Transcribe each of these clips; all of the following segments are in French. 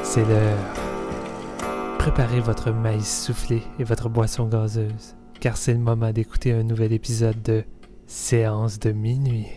C'est l'heure. Préparez votre maïs soufflé et votre boisson gazeuse, car c'est le moment d'écouter un nouvel épisode de Séance de minuit.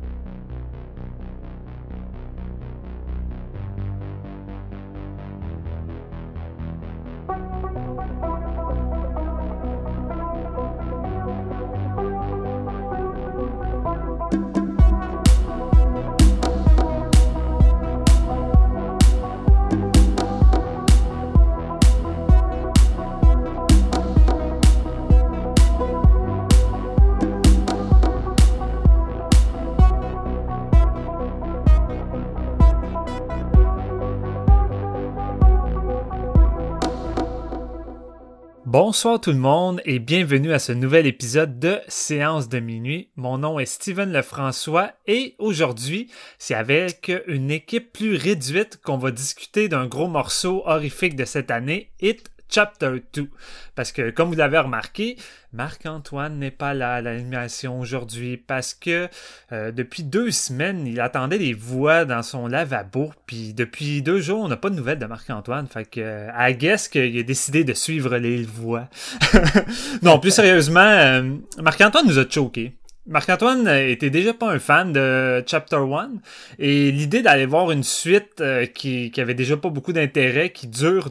Bonsoir tout le monde et bienvenue à ce nouvel épisode de Séance de minuit. Mon nom est Steven Lefrançois et aujourd'hui, c'est avec une équipe plus réduite qu'on va discuter d'un gros morceau horrifique de cette année, It Chapter 2. Parce que, comme vous l'avez remarqué, Marc-Antoine n'est pas là à l'animation aujourd'hui parce que depuis 2 semaines, il attendait les voix dans son lavabo. Puis depuis 2 jours, on n'a pas de nouvelles de Marc-Antoine. Fait que, I guess qu'il a décidé de suivre les voix. Non, plus sérieusement, Marc-Antoine nous a choqués. Marc-Antoine était déjà pas un fan de Chapter 1 et l'idée d'aller voir une suite qui avait déjà pas beaucoup d'intérêt, qui dure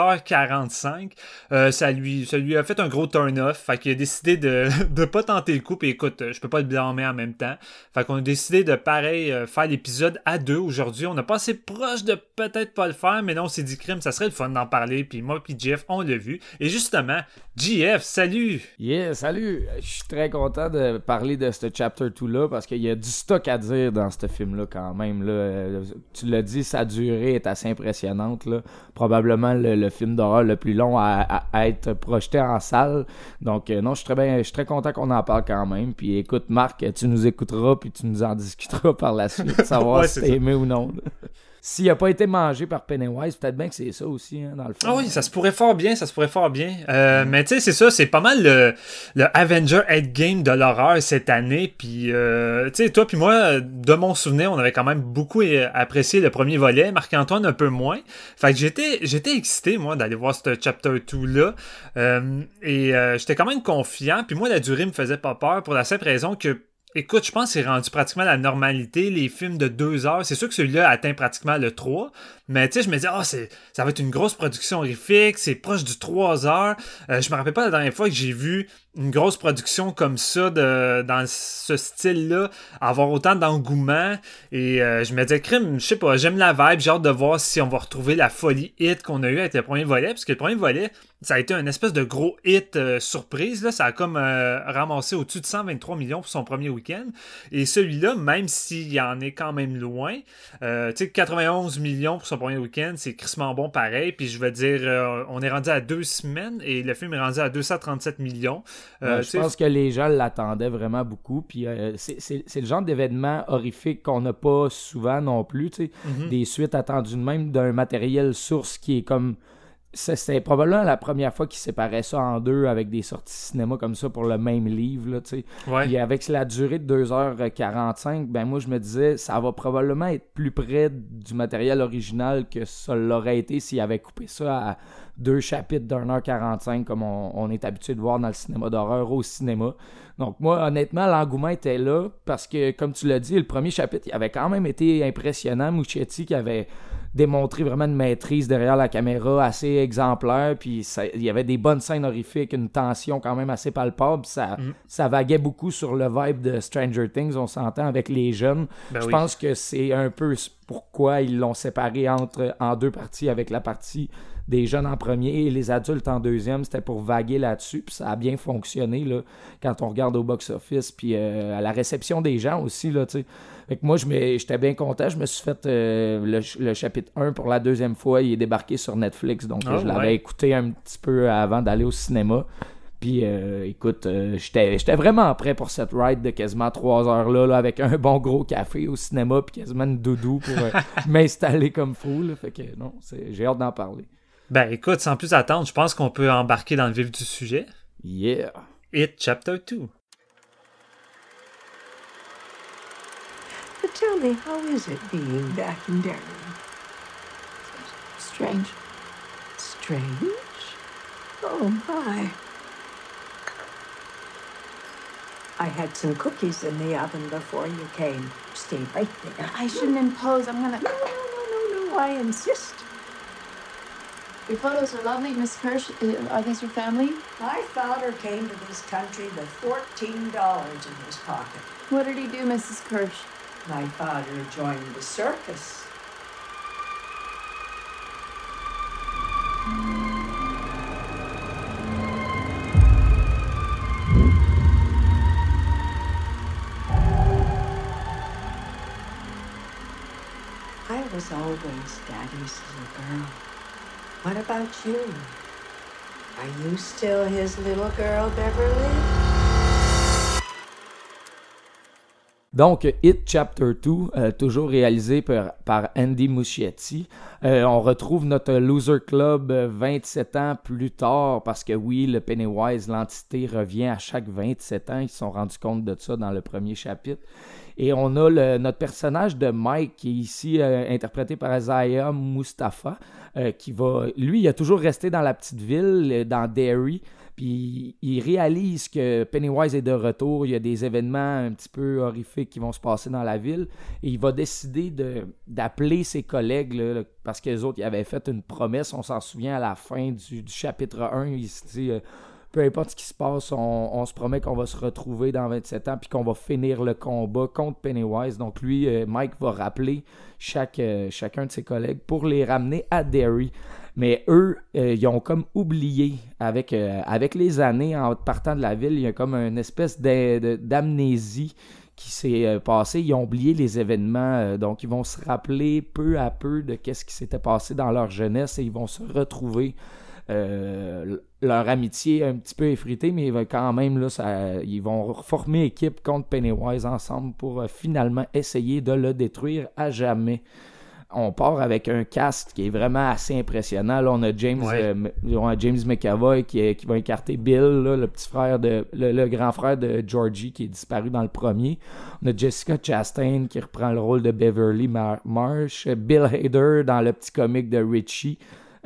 2h45, ça lui a fait un gros turn-off. Fait qu'il a décidé de pas tenter le coup. Et écoute, je peux pas le blâmer en même temps. Fait qu'on a décidé de faire l'épisode à 2 aujourd'hui. On a passé proche de peut-être pas le faire, mais non, on s'est dit crime, ça serait le fun d'en parler. Puis moi puis Jeff, on l'a vu. Et justement, JF, salut! Yeah, salut! Je suis très content de parler de ce Chapter 2-là parce qu'il y a du stock à dire dans ce film-là quand même. Là. Tu l'as dit, sa durée est assez impressionnante. Là. Probablement le film d'horreur le plus long à être projeté en salle. Donc non, je suis très content qu'on en parle quand même. Puis écoute, Marc, tu nous écouteras puis tu nous en discuteras par la suite, savoir ouais, si t'as aimé ou non. S'il n'a pas été mangé par Pennywise, peut-être bien que c'est ça aussi, hein, dans le fond. Ah oui, ça se pourrait fort bien. Mais tu sais, c'est ça, c'est pas mal le Avenger Endgame de l'horreur cette année. Puis, tu sais, toi puis moi, de mon souvenir, on avait quand même beaucoup apprécié le premier volet. Marc-Antoine un peu moins. Fait que j'étais excité, moi, d'aller voir ce Chapter 2-là. J'étais quand même confiant. Puis moi, la durée me faisait pas peur pour la simple raison que écoute, je pense que c'est rendu pratiquement la normalité, les films de 2 heures. C'est sûr que celui-là atteint pratiquement le 3, mais tu sais, je me dis, ça va être une grosse production horrifique, c'est proche du 3 heures. Je me rappelle pas la dernière fois que j'ai vu une grosse production comme ça, dans ce style-là, avoir autant d'engouement. Et je me disais, crime, je sais pas, j'aime la vibe, j'ai hâte de voir si on va retrouver la folie hit qu'on a eu avec le premier volet, parce que le premier volet, ça a été un espèce de gros hit surprise, là. Ça a comme ramassé au-dessus de 123 millions pour son premier week-end. Et celui-là, même s'il en est quand même loin, tu sais, 91 millions pour son premier week-end, c'est crissement bon pareil. Puis je veux dire, on est rendu à 2 semaines et le film est rendu à 237 millions. Je pense que les gens l'attendaient vraiment beaucoup. Puis c'est le genre d'événement horrifique qu'on n'a pas souvent non plus. Tu sais, des suites attendues de même d'un matériel source qui est comme... C'était probablement la première fois qu'ils séparaient ça en deux avec des sorties cinéma comme ça pour le même livre. Là, tu sais. Ouais. Puis avec la durée de 2h45, ben moi je me disais ça va probablement être plus près du matériel original que ça l'aurait été s'il avait coupé ça à 2 chapitres d'1h45 comme on est habitué de voir dans le cinéma d'horreur au cinéma. Donc moi, honnêtement, l'engouement était là parce que, comme tu l'as dit, le premier chapitre, il avait quand même été impressionnant. Muschietti qui avait démontré vraiment une maîtrise derrière la caméra assez exemplaire, puis il y avait des bonnes scènes horrifiques, une tension quand même assez palpable, ça vaguait beaucoup sur le vibe de Stranger Things, on s'entend avec les jeunes. Je pense que c'est un peu pourquoi ils l'ont séparé en 2 parties, avec la partie des jeunes en premier et les adultes en deuxième, c'était pour vaguer là-dessus, puis ça a bien fonctionné là, quand on regarde au box-office, puis à la réception des gens aussi, là, tu sais. Fait que moi, j'étais bien content, je me suis fait le chapitre 1 pour la 2e fois, il est débarqué sur Netflix, donc je l'avais écouté un petit peu avant d'aller au cinéma. Puis écoute, j'étais vraiment prêt pour cette ride de quasiment 3 heures là, avec un bon gros café au cinéma puis quasiment une doudou pour m'installer comme fou. Là. Fait que non, j'ai hâte d'en parler. Ben écoute, sans plus attendre, je pense qu'on peut embarquer dans le vif du sujet. Yeah. It Chapter 2. But tell me, how is it being back in Derry? strange. Strange? Oh, my. I had some cookies in the oven before you came. Stay right there. I shouldn't impose. I'm gonna... No, I insist. Your photos are lovely, Miss Kirsch. Are these your family? My father came to this country with $14 in his pocket. What did he do, Mrs. Kirsch? My father joined the circus. I was always Daddy's little girl. What about you? Are you still his little girl, Beverly? Donc, It Chapter 2, toujours réalisé par Andy Muschietti. On retrouve notre Loser Club 27 ans plus tard, parce que oui, le Pennywise, l'entité, revient à chaque 27 ans. Ils se sont rendus compte de ça dans le premier chapitre. Et on a notre personnage de Mike, qui est ici interprété par Isaiah Mustafa, qui va... Lui, il a toujours resté dans la petite ville, dans Derry, puis il réalise que Pennywise est de retour. Il y a des événements un petit peu horrifiques qui vont se passer dans la ville, et il va décider d'appeler ses collègues, là, parce que les autres, ils avaient fait une promesse, on s'en souvient à la fin du chapitre 1, il se dit... peu importe ce qui se passe, on se promet qu'on va se retrouver dans 27 ans puis qu'on va finir le combat contre Pennywise. Donc lui, Mike va rappeler chacun de ses collègues pour les ramener à Derry. Mais eux, ils ont comme oublié, avec les années, en partant de la ville, il y a comme une espèce d'amnésie qui s'est passée. Ils ont oublié les événements, donc ils vont se rappeler peu à peu de qu'est-ce qui s'était passé dans leur jeunesse, et ils vont se retrouver. Leur amitié est un petit peu effritée, mais quand même là, ils vont former équipe contre Pennywise ensemble pour finalement essayer de le détruire à jamais. On part avec un cast qui est vraiment assez impressionnant. Là, on a James McAvoy qui va incarner Bill, là, le petit frère le grand frère de Georgie qui est disparu dans le premier. On a Jessica Chastain qui reprend le rôle de Beverly Marsh, Bill Hader dans le petit comique de Richie.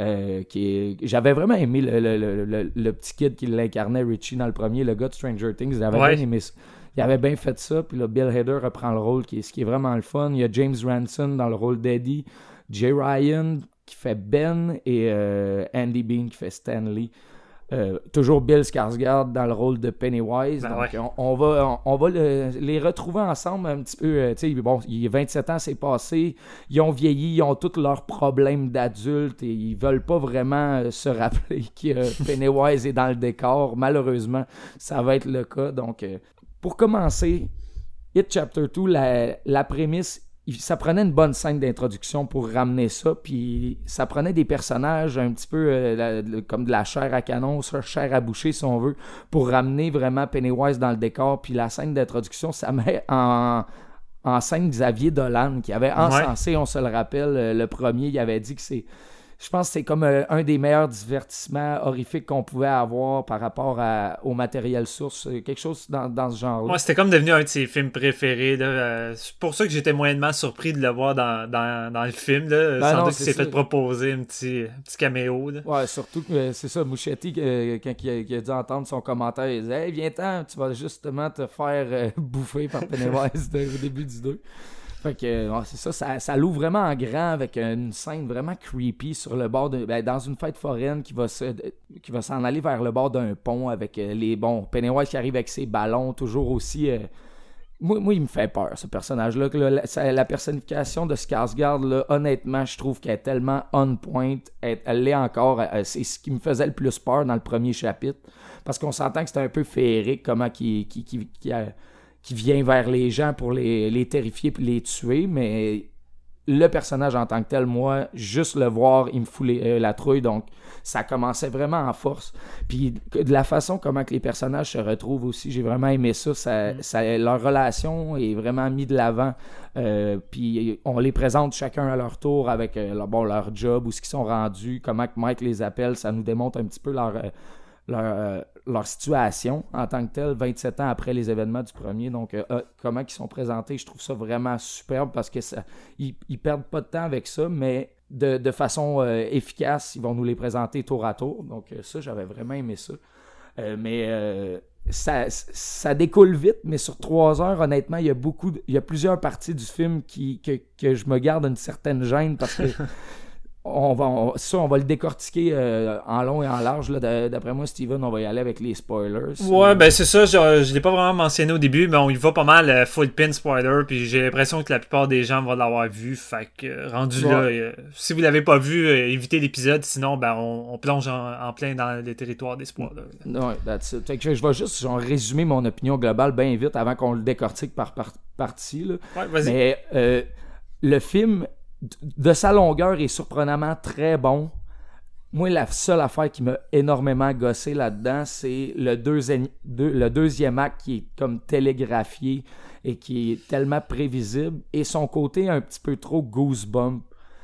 J'avais vraiment aimé le petit kid qui l'incarnait, Richie, dans le premier, le gars de Stranger Things. J'avais bien aimé ça. Il avait bien fait ça, puis là, Bill Hader reprend le rôle, ce qui est vraiment le fun. Il y a James Ranson dans le rôle d'Eddie, Jay Ryan qui fait Ben, et Andy Bean qui fait Stanley. Toujours Bill Skarsgård dans le rôle de Pennywise. On va les retrouver ensemble un petit peu. Bon, il y a 27 ans, c'est passé. Ils ont vieilli, ils ont tous leurs problèmes d'adultes, et ils veulent pas vraiment se rappeler que Pennywise est dans le décor. Malheureusement, ça va être le cas. Donc, pour commencer, It Chapter 2, la prémisse, ça prenait une bonne scène d'introduction pour ramener ça, puis ça prenait des personnages un petit peu comme de la chair à canon, chair à boucher si on veut, pour ramener vraiment Pennywise dans le décor. Puis la scène d'introduction, ça met en scène Xavier Dolan, qui avait encensé, on se le rappelle, le premier, il avait dit que je pense que c'est comme un des meilleurs divertissements horrifiques qu'on pouvait avoir par rapport au matériel source, quelque chose dans ce genre-là. Moi, c'était comme devenu un de ses films préférés. Là. C'est pour ça que j'étais moyennement surpris de le voir dans le film. Là. Sans doute qu'il s'est fait proposer un petit caméo. Là. Ouais, surtout que c'est ça, Muschietti, quand il a dû entendre son commentaire, il disait « Hey, viens-t'en, tu vas justement te faire bouffer par Pennywise au début du 2. » Fait que c'est ça l'ouvre vraiment en grand avec une scène vraiment creepy sur le bord dans une fête foraine qui va s'en aller vers le bord d'un pont avec Pennywise qui arrive avec ses ballons, toujours aussi moi il me fait peur, ce personnage-là. La personnification de Skarsgård, là, honnêtement, je trouve qu'elle est tellement on point. Elle l'est encore. C'est ce qui me faisait le plus peur dans le premier chapitre, parce qu'on s'entend que c'était un peu féerique comment qui vient vers les gens pour les terrifier puis les tuer, mais le personnage en tant que tel, moi, juste le voir, il me fout la trouille, donc ça commençait vraiment en force. Puis de la façon comment que les personnages se retrouvent aussi, j'ai vraiment aimé ça, leur relation est vraiment mise de l'avant, puis on les présente chacun à leur tour avec leur job, où ce qu'ils sont rendus, comment que Mike les appelle, ça nous démontre un petit peu leur situation en tant que telle, 27 ans après les événements du premier. Donc, comment ils sont présentés, je trouve ça vraiment superbe, parce que ils perdent pas de temps avec ça, mais de façon efficace. Ils vont nous les présenter tour à tour. Donc ça, j'avais vraiment aimé ça. Mais ça découle vite, mais sur 3 heures, honnêtement, il y a plusieurs parties du film que je me garde une certaine gêne parce que on va le décortiquer en long et en large. Là. D'après moi, Steven, on va y aller avec les spoilers. Ouais, ben c'est ça. Je l'ai pas vraiment mentionné au début, mais on y va pas mal full pin spoiler. Puis j'ai l'impression que la plupart des gens vont l'avoir vu. Fait que rendu là, si vous l'avez pas vu, évitez l'épisode. Sinon, ben on plonge en plein dans le territoire des spoilers. Ouais, that's it. Fait que je vais juste résumer mon opinion globale bien vite avant qu'on le décortique par partie. Là. Ouais, vas-y. Mais le film, de sa longueur, est surprenamment très bon. Moi, la seule affaire qui m'a énormément gossé là-dedans, c'est le deuxième acte qui est comme télégraphié et qui est tellement prévisible, et son côté un petit peu trop goosebump.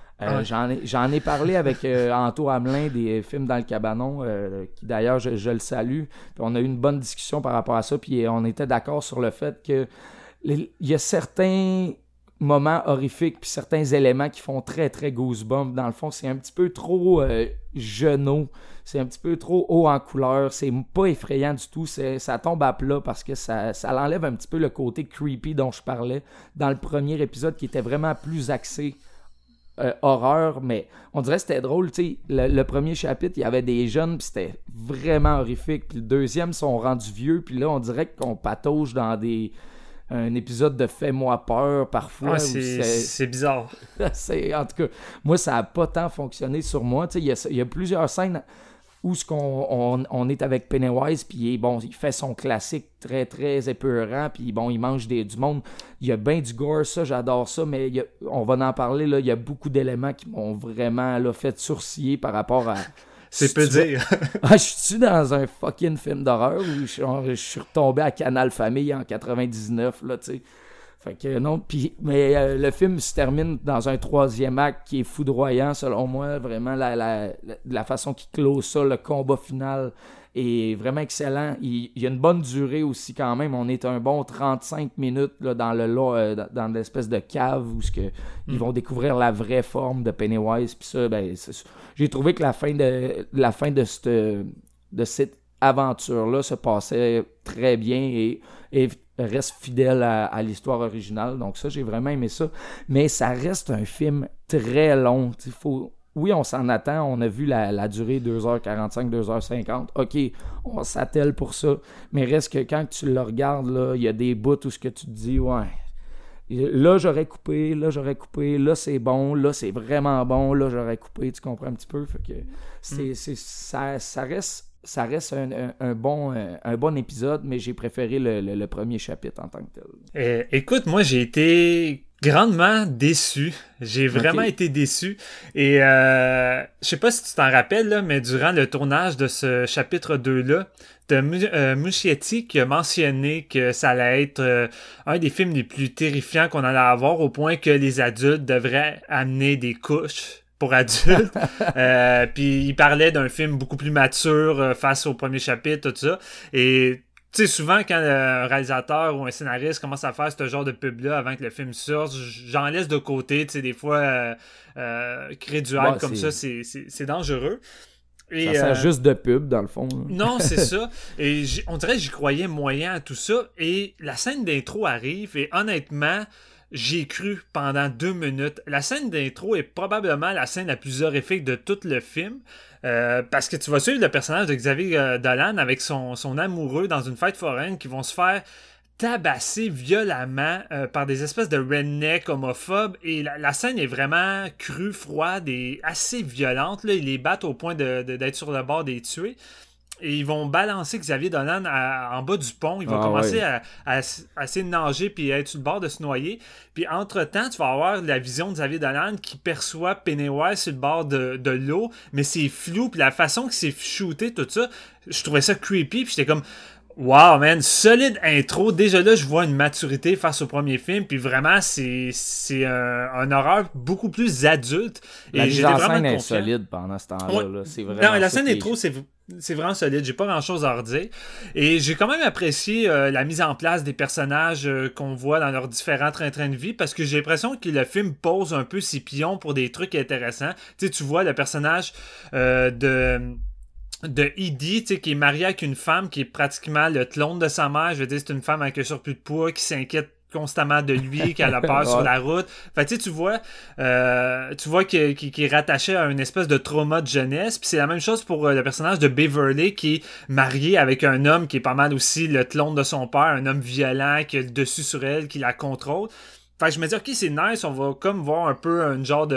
J'en ai parlé avec Anto Hamelin des films dans le cabanon, qui d'ailleurs je le salue. Puis on a eu une bonne discussion par rapport à ça, puis on était d'accord sur le fait que il y a certains moments horrifiques puis certains éléments qui font très très goosebump. Dans le fond, c'est un petit peu trop jeunot, c'est un petit peu trop haut en couleur, c'est pas effrayant du tout, ça tombe à plat parce que ça l'enlève un petit peu le côté creepy dont je parlais dans le premier épisode, qui était vraiment plus axé horreur. Mais on dirait que c'était drôle, tu sais, le premier chapitre, il y avait des jeunes puis c'était vraiment horrifique, puis le deuxième sont rendus vieux, puis là on dirait qu'on patauge dans un épisode de Fais-moi peur parfois. Ouais, c'est bizarre. En tout cas, moi, ça n'a pas tant fonctionné sur moi. Il y a plusieurs scènes où on est avec Pennywise, puis bon, il fait son classique très, très épeurant, puis bon, il mange du monde. Il y a bien du gore, ça, j'adore ça, mais on va en parler, là, il y a beaucoup d'éléments qui m'ont vraiment là, fait sourciller par rapport à... C'est peu dire. Je suis dans un fucking film d'horreur où je suis retombé à Canal Famille en 99, là, tu sais. Fait que non, mais le film se termine dans un troisième acte qui est foudroyant, selon moi. Vraiment, la façon qu'il close ça, le combat final est vraiment excellent. Il y a une bonne durée aussi quand même. On est un bon 35 minutes là, dans l'espèce de cave où ils vont découvrir la vraie forme de Pennywise. Puis ça, ben, j'ai trouvé que la fin de cette aventure-là se passait très bien et reste fidèle à l'histoire originale. Donc ça, j'ai vraiment aimé ça. Mais ça reste un film très long. Oui, on s'en attend. On a vu la durée 2h45, 2h50. OK, on s'attelle pour ça. Mais reste que quand tu le regardes, là, il y a des bouts où ce que tu te dis, ouais, là, j'aurais coupé, là, c'est bon, là, c'est vraiment bon, là, j'aurais coupé, tu comprends un petit peu? Fait que ça reste un bon épisode, mais j'ai préféré le premier chapitre en tant que tel. Écoute, moi, j'ai été grandement déçu. J'ai vraiment été déçu. Et je sais pas si tu t'en rappelles, là, mais durant le tournage de ce chapitre 2-là, t'as Muschietti qui a mentionné que ça allait être un des films les plus terrifiants qu'on allait avoir, au point que les adultes devraient amener des couches pour adultes. Puis il parlait d'un film beaucoup plus mature face au premier chapitre, tout ça. Et tu sais, souvent quand un réalisateur ou un scénariste commence à faire ce genre de pub-là avant que le film sorte, j'en laisse de côté. Tu sais, des fois, créer du hype comme ça, c'est dangereux. Et, ça sert juste de pub, dans le fond. Non, c'est ça. Et on dirait que j'y croyais moyen à tout ça. Et la scène d'intro arrive et honnêtement, j'y ai cru pendant 2 minutes. La scène d'intro est probablement la scène la plus horrifique de tout le film. Parce que tu vas suivre le personnage de Xavier Dolan avec son amoureux dans une fête foraine qui vont se faire tabasser violemment par des espèces de rednecks homophobes. Et la scène est vraiment crue, froide et assez violente. Là. Ils les battent au point d'être sur le bord des tuer. Et ils vont balancer Xavier Dolan en bas du pont. Ils vont commencer à essayer de nager puis à être sur le bord de se noyer. Puis entre-temps, tu vas avoir la vision de Xavier Dolan qui perçoit Pennywise sur le bord de l'eau. Mais c'est flou. Puis la façon que c'est shooté, tout ça, je trouvais ça creepy. Puis j'étais comme... Wow, man, solide intro. Déjà là, je vois une maturité face au premier film, puis vraiment, c'est un horreur beaucoup plus adulte. La Et mise j'étais en vraiment scène est confiant. solide pendant ce temps-là. Ouais. Là. C'est vraiment Non, la ça scène qui est- intro, c'est vraiment solide. J'ai pas grand-chose à redire. Et j'ai quand même apprécié la mise en place des personnages qu'on voit dans leurs différents trains de vie, parce que j'ai l'impression que le film pose un peu ses pions pour des trucs intéressants. Tu sais, tu vois le personnage de Edie, tu sais, qui est marié avec une femme qui est pratiquement le clone de sa mère. Je veux dire, c'est une femme avec un surplus de poids qui s'inquiète constamment de lui, qui a la peur sur la route. Fait tu sais, tu vois qu'il est rattaché à une espèce de trauma de jeunesse. Puis c'est la même chose pour le personnage de Beverly, qui est marié avec un homme qui est pas mal aussi le clone de son père, un homme violent qui a le dessus sur elle, qui la contrôle. Fait que je me dis, ok, c'est nice, on va comme voir un peu un genre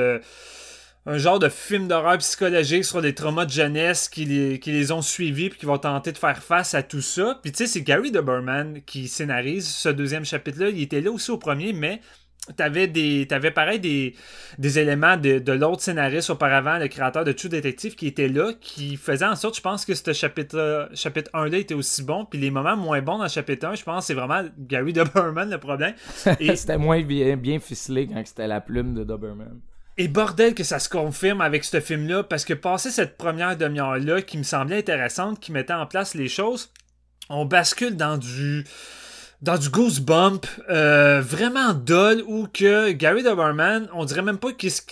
de film d'horreur psychologique sur les traumas de jeunesse qui les ont suivis puis qui vont tenter de faire face à tout ça. Puis tu sais, c'est Gary Doberman qui scénarise ce deuxième chapitre-là. Il était là aussi au premier, mais t'avais pareil des éléments de l'autre scénariste auparavant, le créateur de True Detective, qui était là, qui faisait en sorte, je pense que ce chapitre 1-là était aussi bon, puis les moments moins bons dans le chapitre 1, je pense c'est vraiment Gary Doberman le problème. Et... C'était moins bien ficelé quand c'était la plume de Doberman. Et bordel que ça se confirme avec ce film-là, parce que passé cette première demi-heure-là, qui me semblait intéressante, qui mettait en place les choses, on bascule dans du goosebump vraiment dull, où que Gary Doberman, on dirait même pas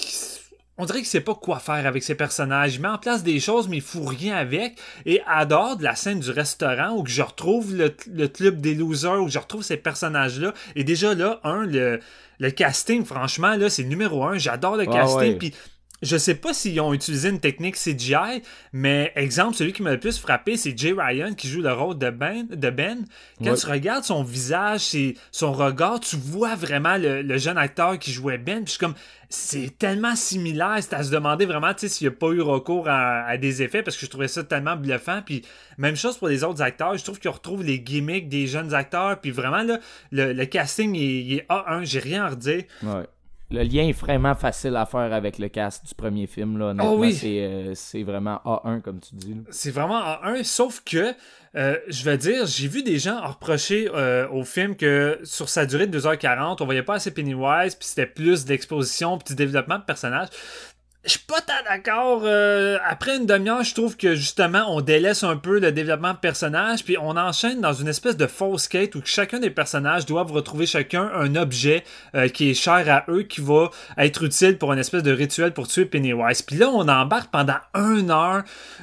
on dirait qu'il sait pas quoi faire avec ses personnages. Il met en place des choses, mais il fout rien avec. Et à dehors de la scène du restaurant, où que je retrouve le club des losers, où je retrouve ces personnages-là, et déjà là, le casting, franchement, là, c'est numéro 1. J'adore le casting. Ouais. Puis je sais pas s'ils ont utilisé une technique CGI, mais exemple, celui qui m'a le plus frappé, c'est Jay Ryan qui joue le rôle de Ben. Quand tu regardes son visage, son regard, tu vois vraiment le jeune acteur qui jouait Ben. Puis je suis comme, c'est tellement similaire, c'est à se demander vraiment, tu sais, s'il n'y a pas eu recours à des effets, parce que je trouvais ça tellement bluffant. Puis même chose pour les autres acteurs, je trouve qu'ils retrouvent les gimmicks des jeunes acteurs. Puis vraiment, là, le casting, il est A1, j'ai rien à redire. Ouais. Le lien est vraiment facile à faire avec le cast du premier film. Là. Honnêtement, oui. c'est vraiment A1, comme tu dis. Là. C'est vraiment A1, sauf que, je vais dire, j'ai vu des gens reprocher au film que sur sa durée de 2h40, on voyait pas assez Pennywise, puis c'était plus d'exposition, puis du développement de personnages. Je suis pas tant d'accord. Après une demi-heure, je trouve que justement, on délaisse un peu le développement de personnages, puis on enchaîne dans une espèce de fausse quête où chacun des personnages doivent retrouver chacun un objet qui est cher à eux, qui va être utile pour une espèce de rituel pour tuer Pennywise. Puis là, on embarque pendant 1 heure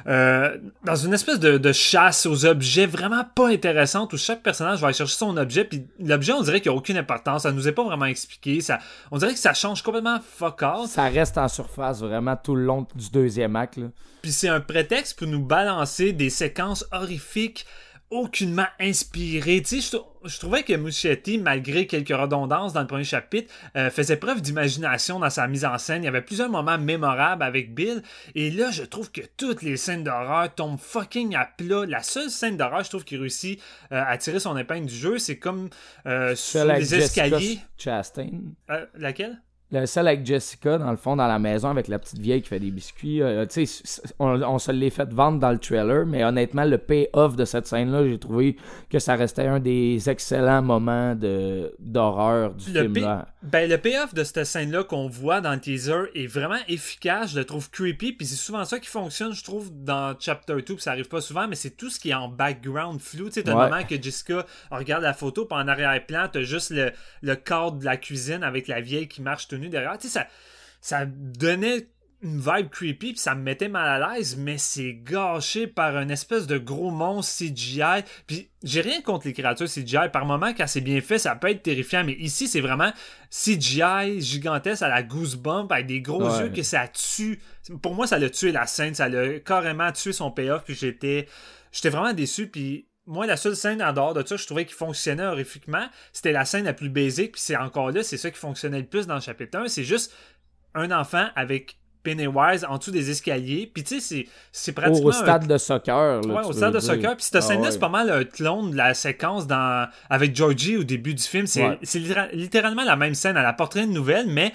dans une espèce de chasse aux objets vraiment pas intéressante, où chaque personnage va aller chercher son objet, puis l'objet, on dirait qu'il n'y a aucune importance. Ça nous est pas vraiment expliqué. On dirait que ça change complètement fuck all. Ça reste en surface vraiment tout le long du deuxième acte. Là. Puis c'est un prétexte pour nous balancer des séquences horrifiques aucunement inspirées. Tu sais, je trouvais que Muschietti, malgré quelques redondances dans le premier chapitre, faisait preuve d'imagination dans sa mise en scène. Il y avait plusieurs moments mémorables avec Bill. Et là, je trouve que toutes les scènes d'horreur tombent fucking à plat. La seule scène d'horreur, je trouve, qui réussit à tirer son épingle du jeu, c'est comme sur les escaliers. Chastain. Laquelle? Le seul avec Jessica, dans le fond, dans la maison, avec la petite vieille qui fait des biscuits. Tu sais, on se l'est fait vendre dans le trailer, mais honnêtement, le pay-off de cette scène-là, j'ai trouvé que ça restait un des excellents moments d'horreur du film-là. Le pay-off de cette scène-là qu'on voit dans le teaser est vraiment efficace. Je le trouve creepy, puis c'est souvent ça qui fonctionne, je trouve, dans Chapter 2, puis ça arrive pas souvent, mais c'est tout ce qui est en background flou. Tu sais, t'as le moment que Jessica regarde la photo, puis en arrière-plan, t'as juste le cadre de la cuisine avec la vieille qui marche tenue derrière. Tu sais, ça donnait une vibe creepy, puis ça me mettait mal à l'aise, mais c'est gâché par une espèce de gros monstre CGI. Puis j'ai rien contre les créatures CGI. Par moments, quand c'est bien fait, ça peut être terrifiant, mais ici, c'est vraiment CGI gigantesque à la Goosebump, avec des gros yeux que ça tue. Pour moi, ça l'a tué la scène, ça l'a carrément tué son payoff, puis j'étais vraiment déçu, puis moi, la seule scène en dehors de ça, je trouvais qui fonctionnait horrifiquement, c'était la scène la plus basique, puis c'est encore là, c'est ça qui fonctionnait le plus dans le chapitre 1, c'est juste un enfant avec Pennywise en dessous des escaliers, puis tu sais, c'est pratiquement... Au stade de soccer. Là, ouais, au stade de soccer, puis cette scène-là, c'est pas mal un clone de la séquence avec Georgie au début du film, c'est littéralement la même scène, elle apporterait une nouvelle, mais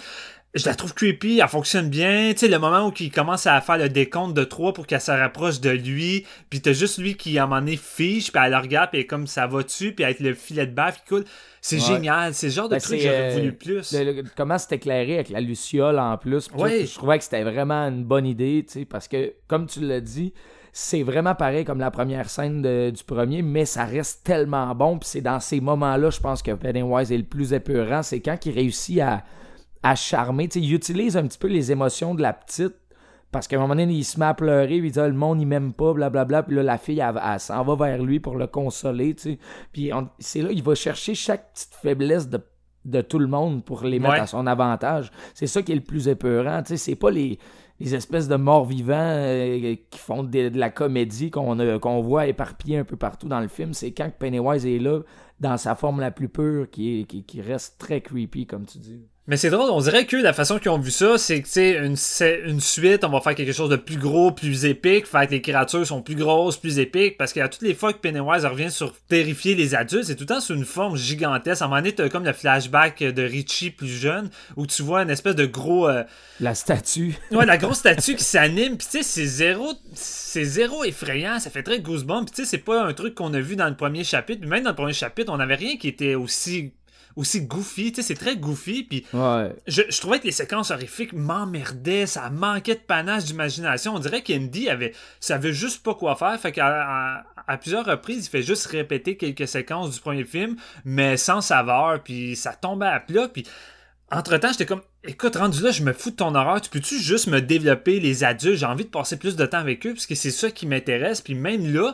je la trouve creepy, elle fonctionne bien. Tu sais, le moment où il commence à faire le décompte de 3 pour qu'elle se rapproche de lui, puis t'as juste lui qui, à un moment donné, fiche, puis elle le regarde, puis elle est comme ça va dessus, puis avec le filet de bave qui coule. C'est génial. C'est le genre de truc que j'aurais voulu plus. Comment c'est éclairé avec la luciole en plus. Je trouvais que c'était vraiment une bonne idée, tu sais, parce que, comme tu l'as dit, c'est vraiment pareil comme la première scène du premier, mais ça reste tellement bon, puis c'est dans ces moments-là, je pense que Pennywise est le plus épeurant. C'est quand il réussit à charmer. T'sais, il utilise un petit peu les émotions de la petite, parce qu'à un moment donné, il se met à pleurer, il dit le monde, il m'aime pas, blablabla. Puis là, la fille, elle s'en va vers lui pour le consoler. T'sais. Puis c'est là, il va chercher chaque petite faiblesse de tout le monde pour les mettre à son avantage. C'est ça qui est le plus épeurant. T'sais. C'est pas les espèces de morts-vivants qui font de la comédie qu'on voit éparpillés un peu partout dans le film. C'est quand Pennywise est là, dans sa forme la plus pure, qui reste très creepy, comme tu dis. Mais c'est drôle, on dirait que la façon qu'ils ont vu ça, c'est que c'est une suite, on va faire quelque chose de plus gros, plus épique, fait que les créatures sont plus grosses, plus épiques, parce qu'à toutes les fois que Pennywise revient sur terrifier les adultes, c'est tout le temps sous une forme gigantesque. À un moment donné, t'as comme le flashback de Richie plus jeune, où tu vois une espèce de gros... La statue. Ouais, la grosse statue qui s'anime, pis tu sais, c'est zéro effrayant, ça fait très goosebumps, pis tu sais, c'est pas un truc qu'on a vu dans le premier chapitre, même dans le premier chapitre, on n'avait rien qui était aussi goofy, tu sais, c'est très goofy, puis je trouvais que les séquences horrifiques m'emmerdaient, ça manquait de panache d'imagination, on dirait qu'Andy savait juste pas quoi faire, fait qu'à plusieurs reprises, il fait juste répéter quelques séquences du premier film, mais sans saveur, puis ça tombait à plat, puis entre-temps, j'étais comme, écoute, rendu là, je me fous de ton horreur, tu peux-tu juste me développer les adultes, j'ai envie de passer plus de temps avec eux, parce que c'est ça qui m'intéresse, puis même là,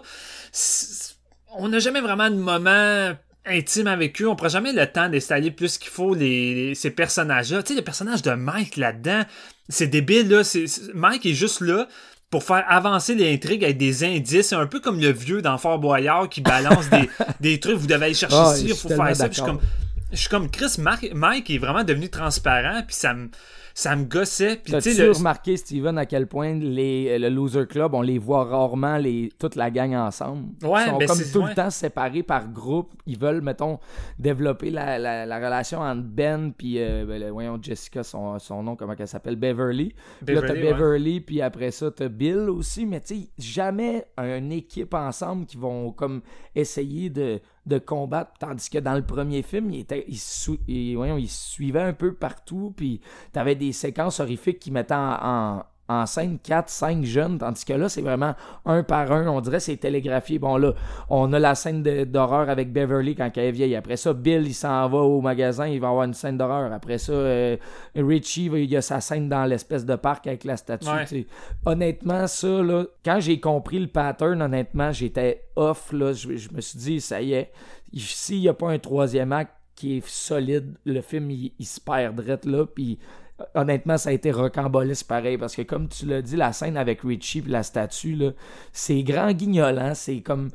on n'a jamais vraiment de moment intime avec eux, on prend jamais le temps d'installer plus qu'il faut ces personnages-là. Tu sais, le personnage de Mike là-dedans, c'est débile, là. Mike est juste là pour faire avancer l'intrigue avec des indices. C'est un peu comme le vieux dans Fort Boyard qui balance des trucs, vous devez aller chercher ici, il faut faire ça. Puis je suis comme Chris, Mike est vraiment devenu transparent, puis ça me gossait. Puis t'as-tu remarqué, Steven, à quel point le Loser Club, on les voit rarement, toute la gang ensemble? Ouais, ils sont ben comme tout le temps séparés par groupe. Ils veulent, mettons, développer la relation entre Ben puis, voyons, Jessica, son nom, comment elle s'appelle? Beverly. Puis là, t'as Beverly, puis après ça, t'as Bill aussi. Mais tu sais, jamais une équipe ensemble qui vont comme essayer de combattre, tandis que dans le premier film, il suivait un peu partout, puis t'avais des séquences horrifiques qui mettaient en scène 4-5 jeunes, tandis que là, c'est vraiment un par un, on dirait c'est télégraphié. Bon là, on a la scène d'horreur avec Beverly quand elle est vieille. Après ça, Bill, il s'en va au magasin, il va avoir une scène d'horreur. Après ça, Richie, il a sa scène dans l'espèce de parc avec la statue. Ouais. Honnêtement, ça, là, quand j'ai compris le pattern, honnêtement, j'étais off, là, je me suis dit, ça y est, s'il n'y a pas un troisième acte qui est solide, le film, il se perd drette là, puis honnêtement, ça a été rocambolesque pareil, parce que comme tu l'as dit, la scène avec Richie et la statue, là, c'est grand guignolant, c'est comme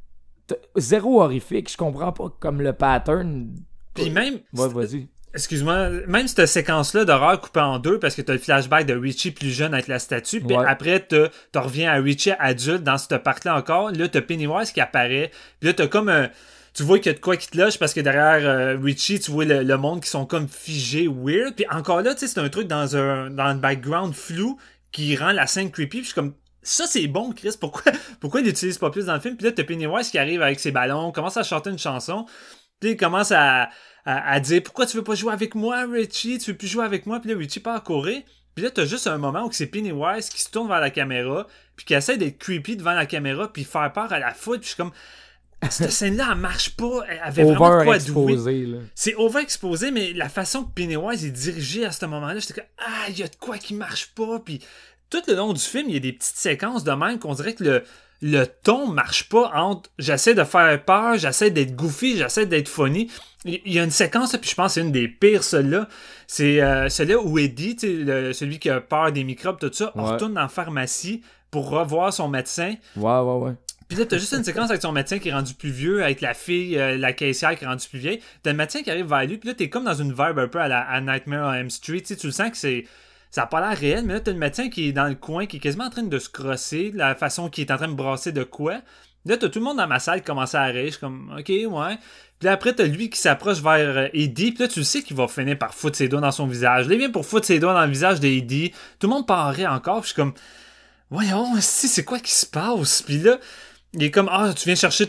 zéro horrifique, je comprends pas comme le pattern. Puis même... Ouais, vas-y. Excuse-moi, même cette séquence-là d'horreur coupée en deux, parce que t'as le flashback de Richie plus jeune avec la statue, puis après t'en reviens à Richie adulte dans ce parc-là encore, là t'as Pennywise qui apparaît, puis là t'as comme tu vois qu'il y a de quoi qui te loge parce que derrière Richie, tu vois le monde qui sont comme figés, weird. Puis encore là, tu sais, c'est un truc dans le background flou qui rend la scène creepy. Puis je suis comme, ça c'est bon, Chris. Pourquoi il l'utilise pas plus dans le film? Puis là, t'as Pennywise qui arrive avec ses ballons, commence à chanter une chanson. Puis il commence à dire, pourquoi tu veux pas jouer avec moi, Richie? Tu veux plus jouer avec moi? Puis là, Richie part à courir. Puis là, t'as juste un moment où c'est Pennywise qui se tourne vers la caméra, puis qui essaie d'être creepy devant la caméra, puis faire peur à la foule. Puis je suis comme... Cette scène-là, elle marche pas. Elle avait vraiment de quoi douer. C'est overexposé, mais la façon que Pennywise est dirigé à ce moment-là, j'étais comme, il y a de quoi qui marche pas. Puis tout le long du film, il y a des petites séquences de même qu'on dirait que le ton marche pas entre j'essaie de faire peur, j'essaie d'être goofy, j'essaie d'être funny. Il y a une séquence, puis je pense que c'est une des pires, celle-là. C'est celle-là où Eddie, celui qui a peur des microbes, tout ça, on retourne dans la pharmacie pour revoir son médecin. Ouais. Puis là, t'as juste une séquence avec son médecin qui est rendu plus vieux, avec la fille, la caissière qui est rendue plus vieille. T'as le médecin qui arrive vers lui, puis là, t'es comme dans une vibe un peu à Nightmare on Elm Street. Tu le sens que ça a pas l'air réel, mais là, t'as le médecin qui est dans le coin, qui est quasiment en train de se crosser, de la façon qu'il est en train de brasser de quoi. Là, t'as tout le monde dans ma salle qui commence à rire. Je suis comme, OK, ouais. Puis là, après, t'as lui qui s'approche vers Eddie. Puis là, tu le sais qu'il va finir par foutre ses doigts dans son visage. Là, il vient pour foutre ses doigts dans le visage d'Eddie. Tout le monde paraît encore. Puis je suis comme, voyons, c'est quoi qui se passe? Puis là, il est comme, tu viens chercher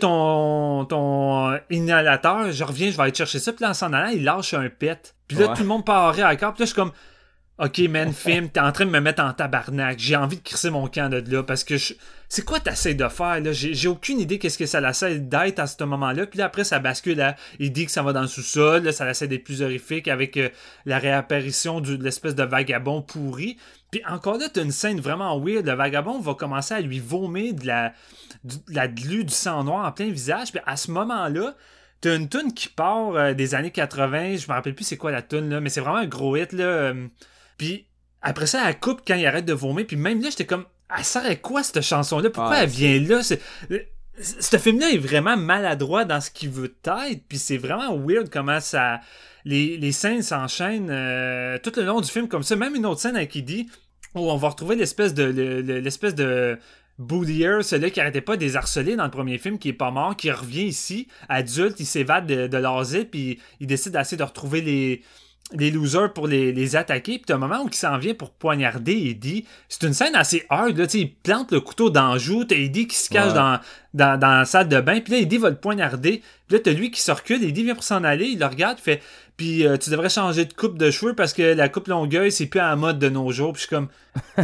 ton inhalateur. Je reviens, je vais aller chercher ça. Puis là, en s'en allant, il lâche un pet. Puis là, tout le monde paraît encore. Puis là, je suis comme, OK, man, film, t'es en train de me mettre en tabarnak. J'ai envie de crisser mon camp de là parce que c'est quoi t'essayes de faire, là? J'ai aucune idée qu'est-ce que ça l'essaie d'être à ce moment-là. Puis là, après, ça bascule à... Il dit que ça va dans le sous-sol. Là, ça l'essaie d'être plus horrifique avec la réapparition de l'espèce de vagabond pourri. Puis encore là, t'as une scène vraiment weird. Le vagabond va commencer à lui vomir de la glu, du sang noir en plein visage. Puis à ce moment-là, t'as une toune qui part des années 80. Je me rappelle plus c'est quoi la toune, là, mais c'est vraiment un gros hit, là. Puis après ça, elle coupe quand il arrête de vomir. Puis même là, j'étais comme, elle sert à quoi cette chanson-là? Pourquoi elle vient là? Ce film-là est vraiment maladroit dans ce qu'il veut être. Puis c'est vraiment weird comment ça... Les scènes s'enchaînent tout le long du film comme ça. Même une autre scène avec Eddie où on va retrouver l'espèce de bullier, celui qui arrêtait pas de les harceler dans le premier film, qui est pas mort, qui revient ici, adulte, il s'évade de l'asile, puis il décide d'essayer de retrouver les losers pour les attaquer. Puis t'as un moment où il s'en vient pour poignarder Eddie. C'est une scène assez hard, là, il plante le couteau dans le joue, t'as Eddie qui se cache dans la salle de bain, puis là Eddie va le poignarder, puis là t'as lui qui se recule, Eddie vient pour s'en aller, il le regarde, il fait, puis tu devrais changer de coupe de cheveux parce que la coupe longueuil c'est plus à la mode de nos jours. Puis je suis comme,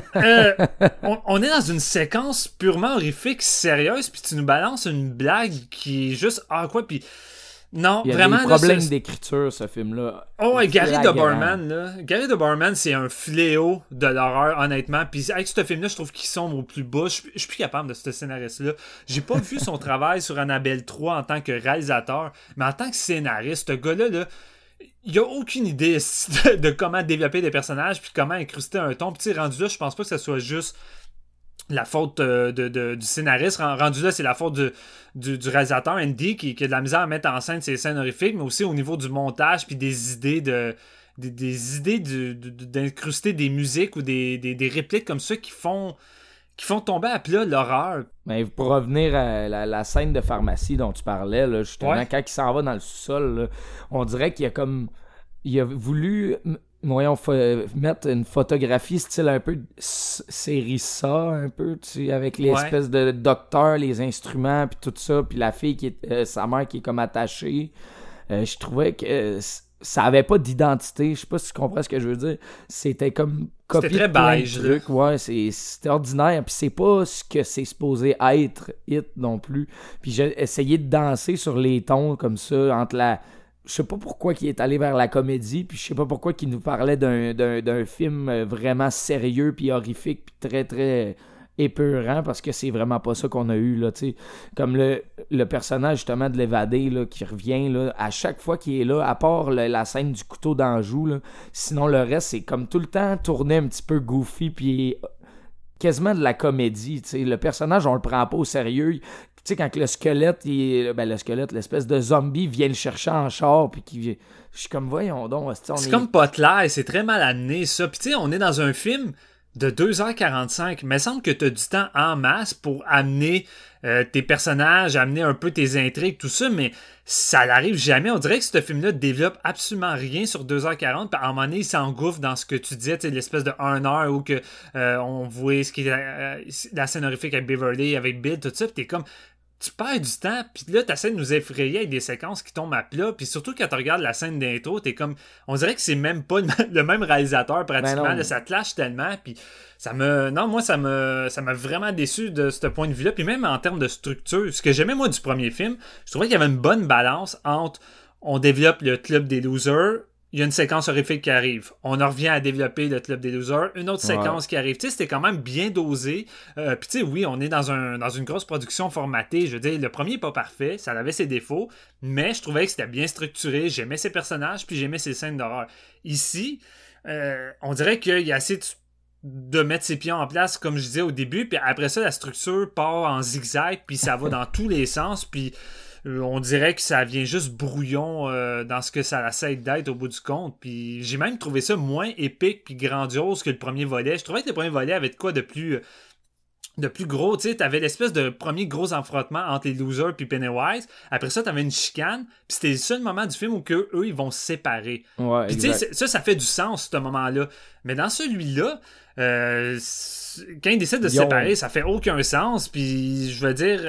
on est dans une séquence purement horrifique, sérieuse, puis tu nous balances une blague qui est juste quoi, puis non, il y a vraiment. des problèmes d'écriture, ce film-là. Oh, ouais, Gary the Barman, là. Gary the Barman, c'est un fléau de l'horreur, honnêtement. Puis avec ce film-là, je trouve qu'il sombre au plus bas. Je suis plus capable de ce scénariste-là. J'ai pas vu son travail sur Annabelle 3 en tant que réalisateur, mais en tant que scénariste, ce gars-là, là, il a aucune idée de comment développer des personnages puis comment incruster un ton. Puis tu sais, rendu là, je pense pas que ça soit juste la faute du scénariste. Rendu là, c'est la faute du réalisateur Andy qui a de la misère à mettre en scène ces scènes horrifiques, mais aussi au niveau du montage puis des idées d'incruster des musiques ou des répliques comme ça qui font tomber à plat l'horreur. Mais pour revenir à la scène de pharmacie dont tu parlais, là, justement, quand il s'en va dans le sous-sol, là, on dirait qu'il a voulu mettre une photographie style un peu série ça, un peu, tu sais, avec les espèces de docteurs, les instruments, puis tout ça, puis la fille qui est sa mère qui est comme attachée. Je trouvais que ça avait pas d'identité. Je sais pas si tu comprends ce que je veux dire. C'était comme copier c'était très plein beige, de trucs. Ouais, c'était ordinaire. Puis c'est pas ce que c'est supposé être, It non plus. Puis j'ai essayé de danser sur les tons comme ça entre je sais pas pourquoi il est allé vers la comédie, puis je sais pas pourquoi il nous parlait d'un film vraiment sérieux puis horrifique puis très très épeurant, parce que c'est vraiment pas ça qu'on a eu là, tu sais, comme le personnage justement de l'évadé là qui revient là à chaque fois qu'il est là, à part la scène du couteau d'Anjou là, sinon le reste c'est comme tout le temps tourné un petit peu goofy puis quasiment de la comédie, tu sais, le personnage on le prend pas au sérieux. Tu sais, quand le squelette, l'espèce de zombie vient le chercher en char, puis je suis comme, voyons donc. C'est comme pas clair, c'est très mal amené, ça. Puis tu sais, on est dans un film de 2h45, mais il semble que tu as du temps en masse pour amener tes personnages, amener un peu tes intrigues, tout ça, mais ça n'arrive jamais. On dirait que ce film-là développe absolument rien sur 2h40, puis à un moment donné, il s'engouffre dans ce que tu disais, l'espèce de 1 heure où que, on voit ce qui est la scène horrifique avec Beverly, avec Bill, tout ça, puis t'es comme... Tu perds du temps, puis là, t'essaies de nous effrayer avec des séquences qui tombent à plat, puis surtout quand tu regardes la scène d'intro, t'es comme... On dirait que c'est même pas le même réalisateur, pratiquement, là, ça te lâche tellement, puis ça me... Non, moi, ça m'a vraiment déçu de ce point de vue-là, puis même en termes de structure, ce que j'aimais, moi, du premier film, je trouvais qu'il y avait une bonne balance entre... On développe le club des losers, il y a une séquence horrifique qui arrive. On en revient à développer le club des losers. Une autre séquence qui arrive. Tu sais, c'était quand même bien dosé. Puis tu sais, oui, on est dans une grosse production formatée. Je veux dire, le premier n'est pas parfait. Ça avait ses défauts. Mais je trouvais que c'était bien structuré. J'aimais ses personnages, puis j'aimais ses scènes d'horreur. Ici, on dirait qu'il y a assez de mettre ses pieds en place, comme je disais au début. Puis après ça, la structure part en zigzag, puis ça va dans tous les sens. Puis... on dirait que ça vient juste brouillon dans ce que ça essaie d'être au bout du compte. Puis j'ai même trouvé ça moins épique puis grandiose que le premier volet. Je trouvais que le premier volet avait de quoi de plus de plus gros, tu sais, t'avais l'espèce de premier gros affrontement entre les losers puis Pennywise. Après ça, t'avais une chicane, puis c'était le seul moment du film où eux, ils vont se séparer. Ouais, puis tu sais, ça fait du sens, ce moment-là. Mais dans celui-là, quand ils décident de se séparer, ça fait aucun sens. Puis je veux dire,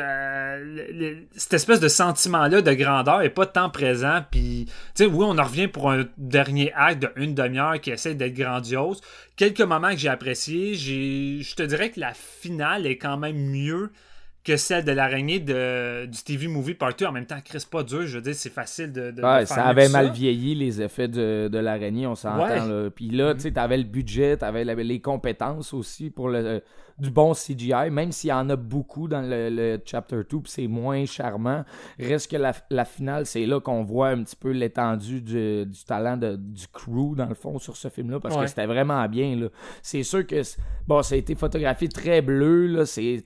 cette espèce de sentiment-là de grandeur est pas tant présent. Puis, tu sais, oui, on en revient pour un dernier acte de 1 demi-heure qui essaie d'être grandiose. Quelques moments que j'ai appréciés, je te dirais que la finale est quand même mieux que celle de l'araignée du TV Movie Part 2. En même temps, Chris, pas dur, je veux dire, c'est facile de ouais, faire ça avait mieux que mal ça. vieilli, les effets de l'araignée, on s'entend. Ouais. Là. Puis là, tu sais, t'avais le budget, t'avais les compétences aussi pour du bon CGI, même s'il y en a beaucoup dans le Chapter 2, puis c'est moins charmant. Reste que la finale, c'est là qu'on voit un petit peu l'étendue du talent du crew, dans le fond, sur ce film-là, parce que c'était vraiment bien. Là. C'est sûr que, bon, ça a été photographié très bleu, là, c'est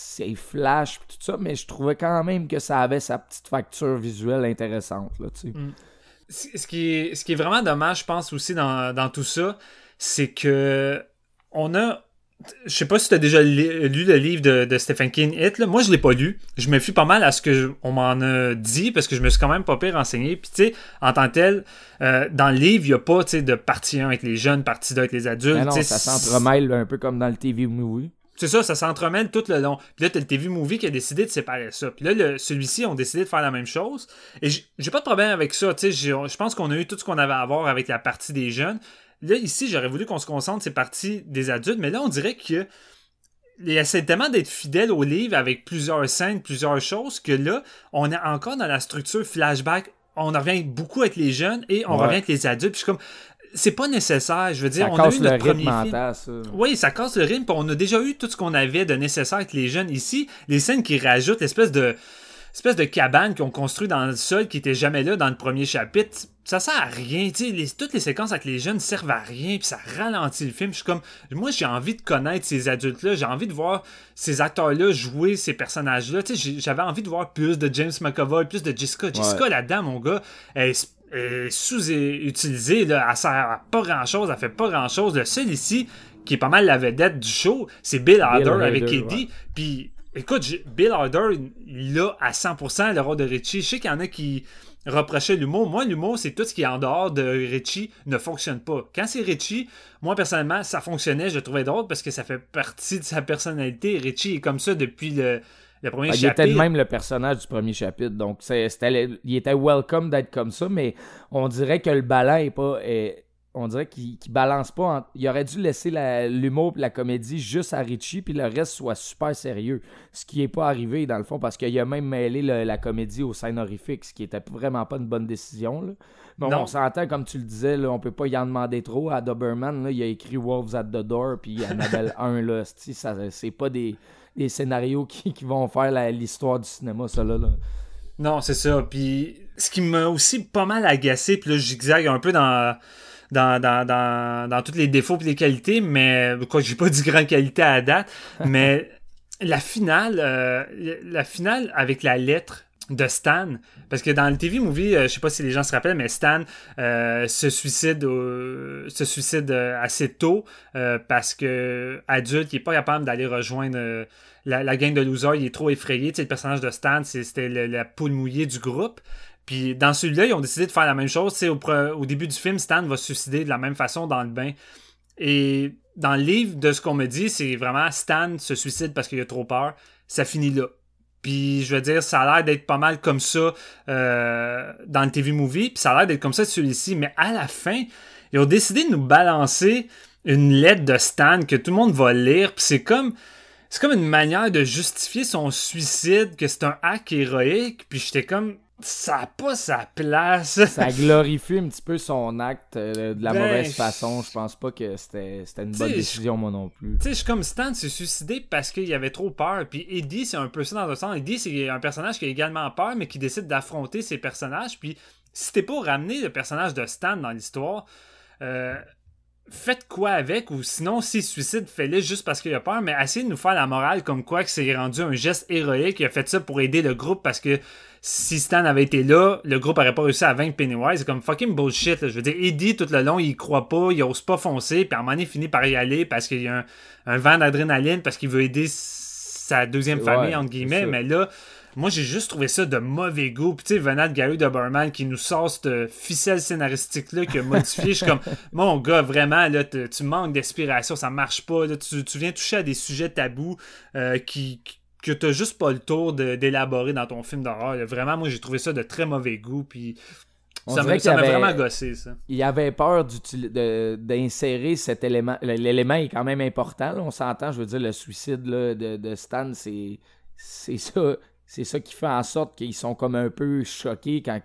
flash, tout ça, mais je trouvais quand même que ça avait sa petite facture visuelle intéressante. Là, tu sais. Ce qui est vraiment dommage, je pense, aussi dans tout ça, c'est que on a... Je sais pas si tu as déjà lu le livre de Stephen King, It. Là. Moi, je l'ai pas lu. Je me fie pas mal à ce qu'on m'en a dit parce que je me suis quand même pas pire renseigné. Puis, tu sais, en tant que tel, dans le livre, il n'y a pas de partie 1 avec les jeunes, partie 2 avec les adultes. Non, ça s'entremêle un peu comme dans le TV Movie. C'est ça s'entremêle tout le long. Puis là, t'as le TV Movie qui a décidé de séparer ça. Puis là, celui-ci ont décidé de faire la même chose. Et j'ai pas de problème avec ça. Tu sais, je pense qu'on a eu tout ce qu'on avait à voir avec la partie des jeunes. Là, ici, j'aurais voulu qu'on se concentre sur la partie des adultes. Mais là, on dirait que il essaie tellement d'être fidèle au livre avec plusieurs scènes, plusieurs choses, que là, on est encore dans la structure flashback. On en revient beaucoup avec les jeunes et on revient avec les adultes. Puis je suis comme... C'est pas nécessaire, je veux dire, on a eu notre premier film. Ça. Oui, ça casse le rythme, puis on a déjà eu tout ce qu'on avait de nécessaire avec les jeunes ici. Les scènes qui rajoutent l'espèce de cabane qu'ils ont construit dans le sol qui était jamais là dans le premier chapitre, ça sert à rien. Toutes les séquences avec les jeunes servent à rien, puis ça ralentit le film. Je suis comme, moi, j'ai envie de connaître ces adultes-là, j'ai envie de voir ces acteurs-là jouer ces personnages-là. J'avais envie de voir plus de James McAvoy, plus de Jessica. Jessica, là-dedans, mon gars, elle est sous-utilisée, là, elle sert à pas grand-chose, elle fait pas grand-chose. Le seul ici, qui est pas mal la vedette du show, c'est Bill Hader avec Eddie. Puis, écoute, Bill Hader, il a à 100% le rôle de Richie. Je sais qu'il y en a qui reprochaient l'humour. Moi, l'humour, c'est tout ce qui est en dehors de Richie ne fonctionne pas. Quand c'est Richie, moi, personnellement, ça fonctionnait, je le trouvais drôle parce que ça fait partie de sa personnalité. Richie est comme ça depuis le premier chapitre. Il était même le personnage du premier chapitre, donc il était welcome d'être comme ça, mais on dirait que le ballon est pas... on dirait qu'il balance pas. Il aurait dû laisser l'humour et la comédie juste à Richie, puis le reste soit super sérieux. Ce qui n'est pas arrivé, dans le fond, parce qu'il a même mêlé la comédie aux scènes horrifiques, ce qui était vraiment pas une bonne décision. Là. Bon, on s'entend, comme tu le disais, là, on peut pas y en demander trop. À Doberman, là, il a écrit Wolves at the Door, puis Annabelle 1, là, c'est pas des scénarios qui vont faire l'histoire du cinéma, ça là. Non, c'est ça. Puis ce qui m'a aussi pas mal agacé, puis là, je zigzague un peu dans tous les défauts et les qualités, mais quoi, j'ai pas dit grande qualité à la date, mais la finale avec la lettre de Stan, parce que dans le TV Movie, je sais pas si les gens se rappellent, mais Stan se suicide assez tôt parce que adulte, il est pas capable d'aller rejoindre la gang de losers, il est trop effrayé. Tu sais, le personnage de Stan, c'était la poule mouillée du groupe. Puis dans celui-là, ils ont décidé de faire la même chose. Tu sais, au début du film, Stan va se suicider de la même façon dans le bain. Et dans le livre, de ce qu'on me dit, c'est vraiment Stan se suicide parce qu'il a trop peur. Ça finit là. Puis je veux dire, ça a l'air d'être pas mal comme ça dans le TV Movie. Puis ça a l'air d'être comme ça celui-ci. Mais à la fin, ils ont décidé de nous balancer une lettre de Stan que tout le monde va lire. Puis c'est comme une manière de justifier son suicide, que c'est un acte héroïque. Puis j'étais comme... Ça n'a pas sa place. Ça glorifie un petit peu son acte de la mauvaise façon. Je pense pas que c'était une bonne décision, moi non plus. Tu sais, je suis comme Stan s'est suicidé parce qu'il avait trop peur. Puis Eddie, c'est un peu ça dans le sens. Eddie, c'est un personnage qui a également peur, mais qui décide d'affronter ses personnages. Puis si t'es pas ramené le personnage de Stan dans l'histoire, faites quoi avec, ou sinon, s'il se suicide, fais-le juste parce qu'il a peur, mais essayez de nous faire la morale comme quoi que c'est rendu un geste héroïque. Il a fait ça pour aider le groupe parce que si Stan avait été là, le groupe aurait pas réussi à vaincre Pennywise. C'est comme fucking bullshit. Là. Je veux dire, Eddie, tout le long, il croit pas, il ose pas foncer, puis à un moment donné, il finit par y aller parce qu'il y a un vent d'adrénaline, parce qu'il veut aider sa deuxième famille, entre c'est guillemets, ça. mais là, moi, j'ai juste trouvé ça de mauvais goût. Puis, tu sais, venant de Gary Doberman qui nous sort cette ficelle scénaristique-là qui a modifié, je suis comme, mon gars, vraiment, là, tu manques d'inspiration, ça marche pas. Là, tu viens toucher à des sujets tabous que t'as juste pas le tour d'élaborer dans ton film d'horreur. Là. Vraiment, moi, j'ai trouvé ça de très mauvais goût. Puis, ça m'a vraiment gossé, ça. Il avait peur d'insérer cet élément. L'élément est quand même important, là, on s'entend. Je veux dire, le suicide là, de Stan, c'est ça. C'est ça qui fait en sorte qu'ils sont comme un peu choqués quand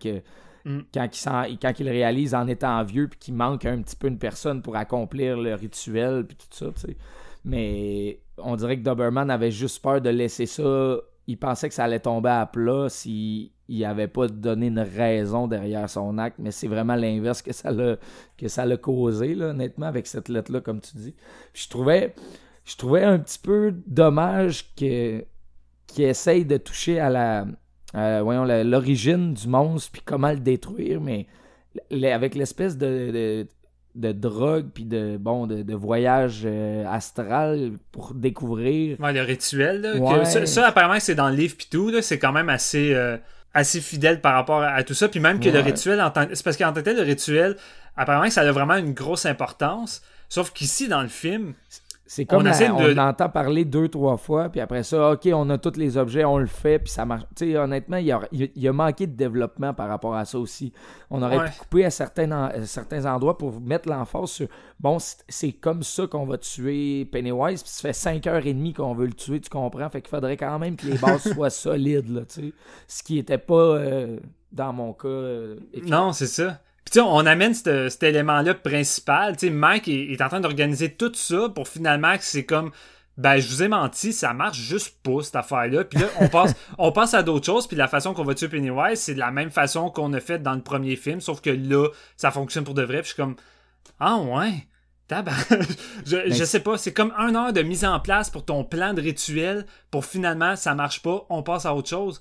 ils le réalisent en étant vieux puis qu'il manque un petit peu une personne pour accomplir le rituel puis tout ça, tu sais. Mais on dirait que Doberman avait juste peur de laisser ça. Il pensait que ça allait tomber à plat s'il n'avait pas donné une raison derrière son acte, mais c'est vraiment l'inverse que ça l'a causé, là, honnêtement, avec cette lettre-là, comme tu dis. Puis je trouvais un petit peu dommage qu'il essaye de toucher à l'origine du monstre puis comment le détruire, mais avec l'espèce de drogue puis de voyage astral pour découvrir. Ouais, le rituel, là. Ouais. Ça, apparemment, c'est dans le livre pis tout, là. C'est quand même assez fidèle par rapport à tout ça. Puis même que le rituel, c'est parce qu'en tant que tel, le rituel, apparemment que ça a vraiment une grosse importance. Sauf qu'ici, dans le film, c'est comme on entend parler 2-3 fois, puis après ça, OK, on a tous les objets, on le fait, puis ça marche. Tu sais, honnêtement, il y a manqué de développement par rapport à ça aussi. On aurait pu couper à certains endroits pour mettre l'emphase sur, bon, c'est comme ça qu'on va tuer Pennywise, puis ça fait 5h30 qu'on veut le tuer, tu comprends? Fait qu'il faudrait quand même que les bases soient solides, là, tu sais. Ce qui était pas, dans mon cas... non, c'est ça. Puis tu sais, on amène cet élément-là principal. Tu sais, Mike est en train d'organiser tout ça pour finalement que c'est comme, ben, je vous ai menti, ça marche juste pas, cette affaire-là. Puis là, on passe à d'autres choses. Puis la façon qu'on va tuer Pennywise, c'est de la même façon qu'on a fait dans le premier film, sauf que là, ça fonctionne pour de vrai. Puis je suis comme, ah ouais, je sais pas, c'est comme 1 heure de mise en place pour ton plan de rituel pour finalement, ça marche pas, on passe à autre chose.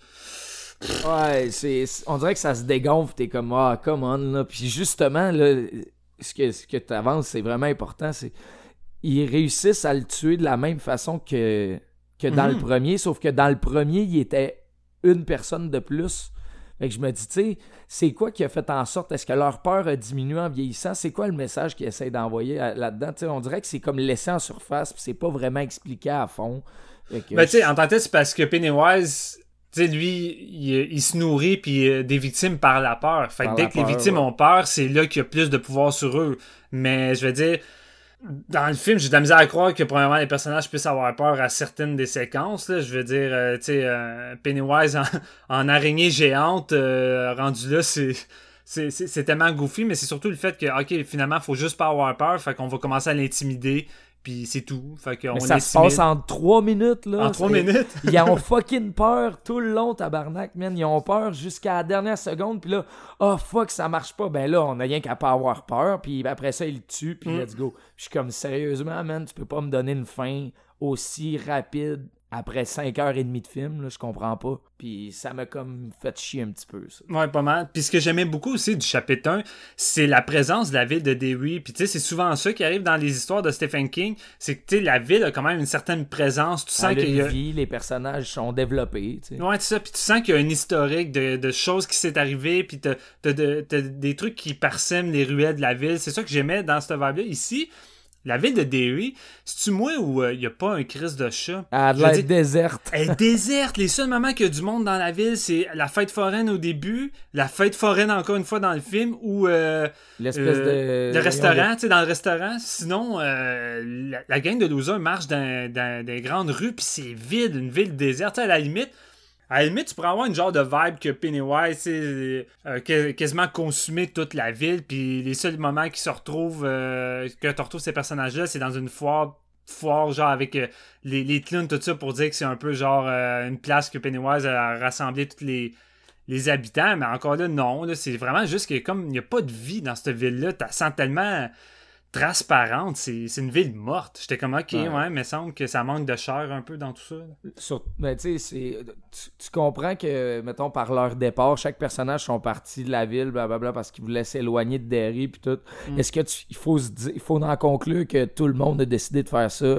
Ouais, on dirait que ça se dégonfle, t'es comme, ah, come on, là. Puis justement, là, ce que tu avances, c'est vraiment important, c'est ils réussissent à le tuer de la même façon que dans le premier, sauf que dans le premier, il était une personne de plus. Fait que je me dis, tu sais, c'est quoi qui a fait en sorte, est-ce que leur peur a diminué en vieillissant? C'est quoi le message qu'ils essayent d'envoyer là-dedans? Tu sais, on dirait que c'est comme laissé en surface, puis c'est pas vraiment expliqué à fond. Ben, tu sais, en tant que tel, c'est parce que Pennywise... Tu sais, lui, il se nourrit puis des victimes par la peur. Fait que dès que les victimes ont peur, c'est là qu'il y a plus de pouvoir sur eux. Mais je veux dire, dans le film, j'ai de la misère à croire que premièrement les personnages puissent avoir peur à certaines des séquences. Là. Je veux dire, tu sais, Pennywise en araignée géante, rendu là, c'est tellement goofy, mais c'est surtout le fait que, ok, finalement, faut juste pas avoir peur. Fait qu'on va commencer à l'intimider. Puis c'est tout. Fait qu'on mais ça se passe en 3 minutes, là. En 3 minutes. Ils ont fucking peur tout le long, tabarnak, man. Ils ont peur jusqu'à la dernière seconde. Puis là, oh fuck, ça marche pas. Ben là, on a rien qu'à pas avoir peur. Puis après ça, ils le tuent. Puis let's go. Je suis comme, sérieusement, man, tu peux pas me donner une fin aussi rapide après 5h30 de film, là, je comprends pas. Puis ça m'a comme fait chier un petit peu, ça. Ouais, pas mal. Puis ce que j'aimais beaucoup aussi du chapitre 1, c'est la présence de la ville de Derry. Puis tu sais, c'est souvent ça qui arrive dans les histoires de Stephen King, c'est que tu sais, la ville a quand même une certaine présence. Tu sens qu'il y a une vie, les personnages sont développés, tu sais. Ouais, c'est ça. Puis tu sens qu'il y a un historique de choses qui s'est arrivé, puis t'as des trucs qui parsèment les ruelles de la ville. C'est ça que j'aimais dans cette vibe-là. Ici, la ville de Derry, c'est-tu moi où il n'y a pas un crise de chat? Elle a l'air déserte. Elle est déserte. Les seuls moments qu'il y a du monde dans la ville, c'est la fête foraine au début, la fête foraine encore une fois dans le film, ou l'espèce de restaurant, tu sais, dans le restaurant. Sinon, la gang de losers marche dans des grandes rues, puis c'est vide, une ville déserte. Tu sais, à la limite, tu pourrais avoir une genre de vibe que Pennywise quasiment consumé toute la ville, puis les seuls moments qui se retrouvent, que tu retrouves ces personnages-là, c'est dans une foire genre avec les clowns, tout ça, pour dire que c'est un peu genre une place que Pennywise a rassemblé tous les habitants, mais encore là, non, là, c'est vraiment juste que comme il n'y a pas de vie dans cette ville-là, tu la sens tellement transparente, c'est une ville morte. J'étais comme, ok, ouais, mais il semble que ça manque de chair un peu dans tout ça. Ben, tu sais, tu comprends que, mettons, par leur départ, chaque personnage sont partis de la ville, blablabla, parce qu'ils voulaient s'éloigner de Derry, puis tout. Est-ce que il faut en conclure que tout le monde a décidé de faire ça?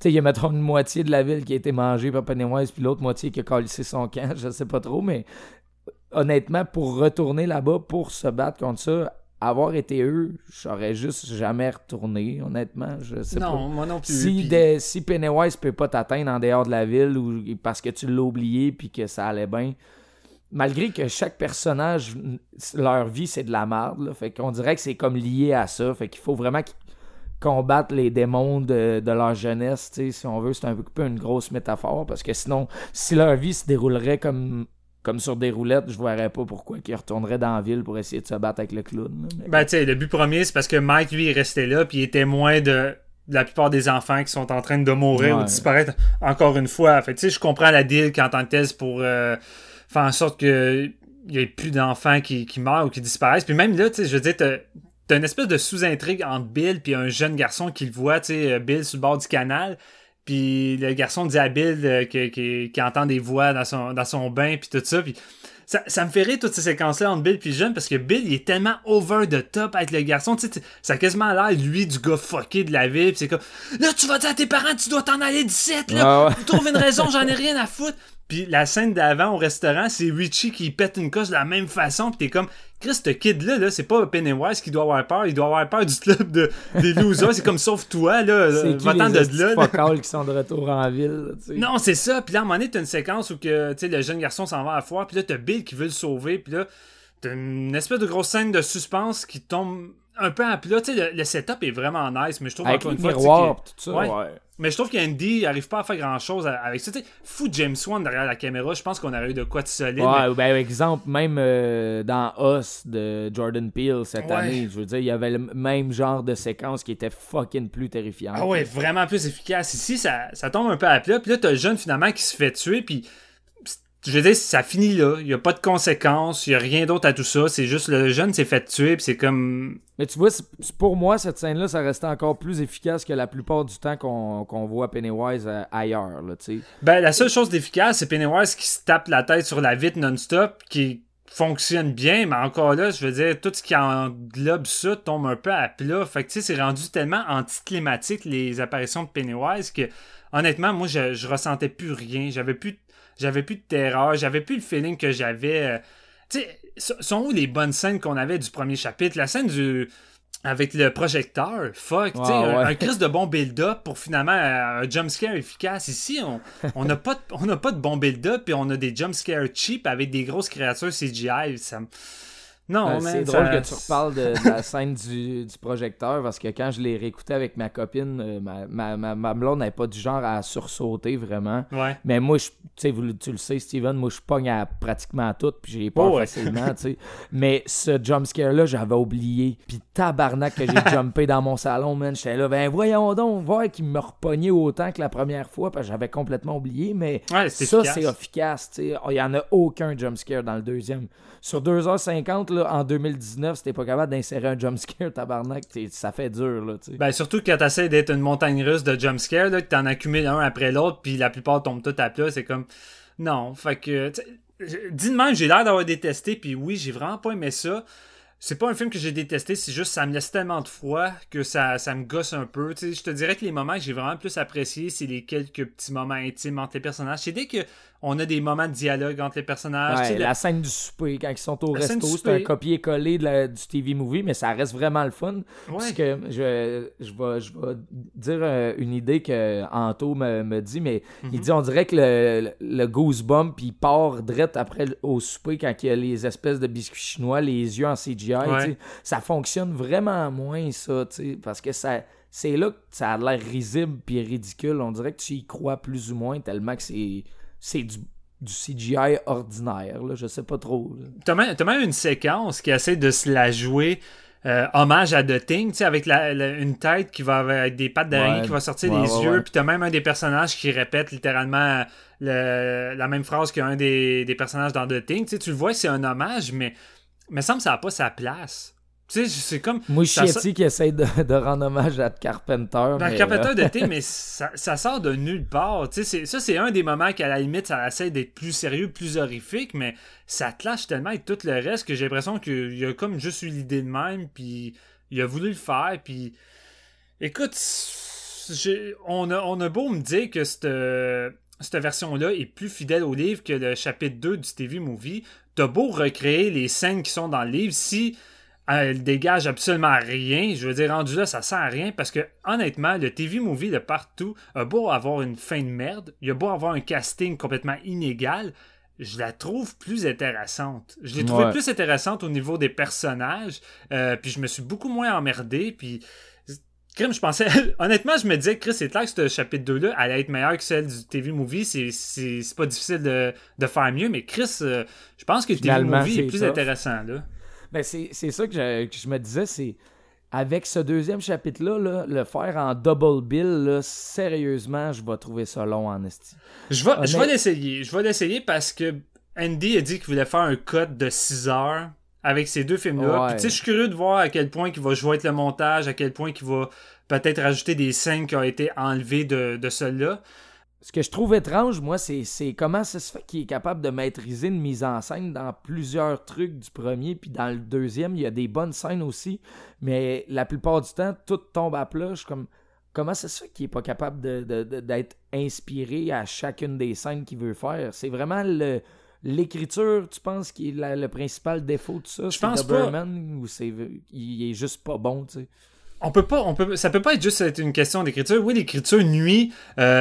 Tu sais, il y a, mettons, une moitié de la ville qui a été mangée par Pennywise, puis l'autre moitié qui a calissé son camp, je sais pas trop, mais honnêtement, pour retourner là-bas, pour se battre contre ça, avoir été eux, j'aurais juste jamais retourné, honnêtement, je sais pas. Non, moi non plus. Si Pennywise peut pas t'atteindre en dehors de la ville, ou parce que tu l'as oublié, puis que ça allait bien, malgré que chaque personnage, leur vie, c'est de la merde, là, fait qu'on dirait que c'est comme lié à ça, fait qu'il faut vraiment qu'ils combattre les démons de leur jeunesse, tu sais, si on veut, c'est un peu une grosse métaphore, parce que sinon, si leur vie se déroulerait comme sur des roulettes, je verrais pas pourquoi ils retourneraient dans la ville pour essayer de se battre avec le clown. Là. Ben, tu sais, le but premier, c'est parce que Mike, lui, il restait là, puis il est témoin de la plupart des enfants qui sont en train de mourir ou disparaître encore une fois. Fait tu sais, je comprends la deal qu'en tant que tel, c'est pour faire en sorte que il y ait plus d'enfants qui meurent ou qui disparaissent. Puis même là, tu sais, je veux dire, t'as une espèce de sous-intrigue entre Bill puis un jeune garçon qui le voit, tu sais, Bill sur le bord du canal. Puis le garçon dit à Bill qu'il entend des voix dans son bain puis tout ça. Puis ça me fait rire toutes ces séquences-là entre Bill puis le jeune parce que Bill il est tellement over the top avec le garçon. Tu sais, ça a quasiment l'air, lui, du gars fucké de la ville. Puis c'est comme, là, tu vas dire à tes parents, tu dois t'en aller d'ici, là. Trouve une raison, j'en ai rien à foutre. Puis la scène d'avant au restaurant, c'est Richie qui pète une coche de la même façon. Puis t'es comme, Chris, ce kid-là, c'est pas Pennywise qui doit avoir peur. Il doit avoir peur du club des losers. C'est comme, sauf toi, là. Va-t'en de là. C'est qui sont de retour en ville. Là, t'sais. Non, c'est ça. Puis là, à un moment donné, t'as une séquence où que, le jeune garçon s'en va à la foire. Puis là, t'as Bill qui veut le sauver. Puis là, t'as une espèce de grosse scène de suspense qui tombe un peu à plat. Tu sais, le setup est vraiment nice. Mais je trouve avec encore une fois. Miroir, tout ça, ouais. Mais je trouve qu'Andy n'arrive pas à faire grand-chose avec ça. T'sais, fou James Wan derrière la caméra, je pense qu'on aurait eu de quoi de solide. Ouais, mais... ben, exemple, même dans Us de Jordan Peele cette année, je veux dire, il y avait le même genre de séquence qui était fucking plus terrifiante. Ah ouais, vraiment plus efficace. Ici, ça tombe un peu à plat. Puis là, t'as le jeune finalement qui se fait tuer, puis je veux dire, ça finit là. Il n'y a pas de conséquences, il n'y a rien d'autre à tout ça. C'est juste le jeune s'est fait tuer, puis c'est comme... Mais tu vois, pour moi, cette scène-là, ça restait encore plus efficace que la plupart du temps qu'on voit Pennywise ailleurs, là, tu sais. Ben, la seule chose d'efficace, c'est Pennywise qui se tape la tête sur la vitre non-stop, qui fonctionne bien, mais encore là, je veux dire, tout ce qui englobe ça tombe un peu à plat. Fait que, tu sais, c'est rendu tellement anticlimatique, les apparitions de Pennywise, que, honnêtement, moi, je ressentais plus rien. J'avais plus de terreur, j'avais plus le feeling que j'avais. Tu sais, sont où les bonnes scènes qu'on avait du premier chapitre? La scène avec le projecteur, fuck, tu sais, un crise de bon build-up pour finalement un jumpscare efficace. Ici, on n'a pas de bon build-up, puis on a des jumpscares cheap avec des grosses créatures CGI. Non, c'est drôle que tu reparles de la scène du projecteur parce que quand je l'ai réécouté avec ma copine, ma blonde n'avait pas du genre à sursauter vraiment. Ouais. Mais moi, tu le sais, Steven, moi je pogne à pratiquement tout puis j'ai peur facilement, tu sais. Mais ce jumpscare-là, j'avais oublié. Puis tabarnak que j'ai jumpé dans mon salon, man. J'étais là, ben voyons donc, voir qu'il me repognait autant que la première fois parce que j'avais complètement oublié. Mais ça, c'est efficace, tu sais. Il n'y en a aucun jumpscare dans le deuxième. Sur 2h50, là, en 2019, si t'es pas capable d'insérer un jumpscare, tabarnak, ça fait dur, là, tu sais. Ben, surtout quand t'essaies d'être une montagne russe de jumpscare, là, que t'en accumules un après l'autre, puis la plupart tombent tout à plat, c'est comme... Non, fait que... Dis de même, j'ai l'air d'avoir détesté, puis oui, j'ai vraiment pas aimé ça. C'est pas un film que j'ai détesté, c'est juste ça me laisse tellement de froid que ça me gosse un peu. Tu sais, je te dirais que les moments que j'ai vraiment plus appréciés, c'est les quelques petits moments intimes entre les personnages. C'est dès qu'on a des moments de dialogue entre les personnages. Ouais, la scène du souper, quand ils sont au resto, c'est un copier-coller du TV Movie, mais ça reste vraiment le fun. Ouais. Parce que je vais dire une idée que Anto me dit, mais il dit on dirait que le Goosebump, il part direct après au souper quand il y a les espèces de biscuits chinois, les yeux en CGI. Ouais. Ça fonctionne vraiment moins, ça, parce que c'est là que ça a l'air risible puis ridicule. On dirait que tu y crois plus ou moins tellement que c'est du CGI ordinaire, là, je sais pas trop. T'as même une séquence qui essaie de se la jouer hommage à The Thing, avec une tête qui va avec des pattes d'araignée qui va sortir des yeux, puis t'as même un des personnages qui répète littéralement la même phrase qu'un des personnages dans The Thing. Tu le vois, c'est un hommage, mais me semble que ça n'a pas sa place. Tu sais, c'est comme... Muschietti qui essaie de rendre hommage à Carpenter. Carpenter d'été, mais ça sort de nulle part. Tu sais, ça, c'est un des moments qu'à la limite, ça essaie d'être plus sérieux, plus horrifique, mais ça clash tellement avec tout le reste que j'ai l'impression qu'il a comme juste eu l'idée de même, puis il a voulu le faire, puis... Écoute... on a beau me dire que cette version-là est plus fidèle au livre que le chapitre 2 du TV Movie, t'as beau recréer les scènes qui sont dans le livre, si elle dégage absolument rien, je veux dire, rendu là, ça sert à rien, parce que, honnêtement, le TV Movie de partout a beau avoir une fin de merde, il a beau avoir un casting complètement inégal, je la trouve plus intéressante. Je l'ai trouvée plus intéressante au niveau des personnages, puis je me suis beaucoup moins emmerdé, puis... Crime, je pensais... Honnêtement, je me disais, Chris, c'est clair que ce chapitre 2-là allait être meilleur que celle du TV Movie. C'est pas difficile de faire mieux, mais Chris, je pense que le TV Movie est plus intéressant, là. Ben, c'est ça que je me disais, c'est... Avec ce deuxième chapitre-là, là, le faire en double bill, là, sérieusement, je vais trouver ça long en esti. Je vais l'essayer. Je vais l'essayer parce que Andy a dit qu'il voulait faire un cut de 6 heures avec ces deux films-là. Puis, tu sais, je suis curieux de voir à quel point il va jouer avec le montage, à quel point il va peut-être rajouter des scènes qui ont été enlevées de celle-là. Ce que je trouve étrange, moi, c'est comment ça se fait qu'il est capable de maîtriser une mise en scène dans plusieurs trucs du premier, puis dans le deuxième, il y a des bonnes scènes aussi, mais la plupart du temps, tout tombe à plat. Je suis comme, comment ça se fait qu'il est pas capable d'être inspiré à chacune des scènes qu'il veut faire? C'est vraiment l'écriture, tu penses, qui est le principal défaut de ça? Je pense pas. Berman, ou il est juste pas bon, tu sais? Ça peut pas être juste une question d'écriture. Oui, l'écriture nuit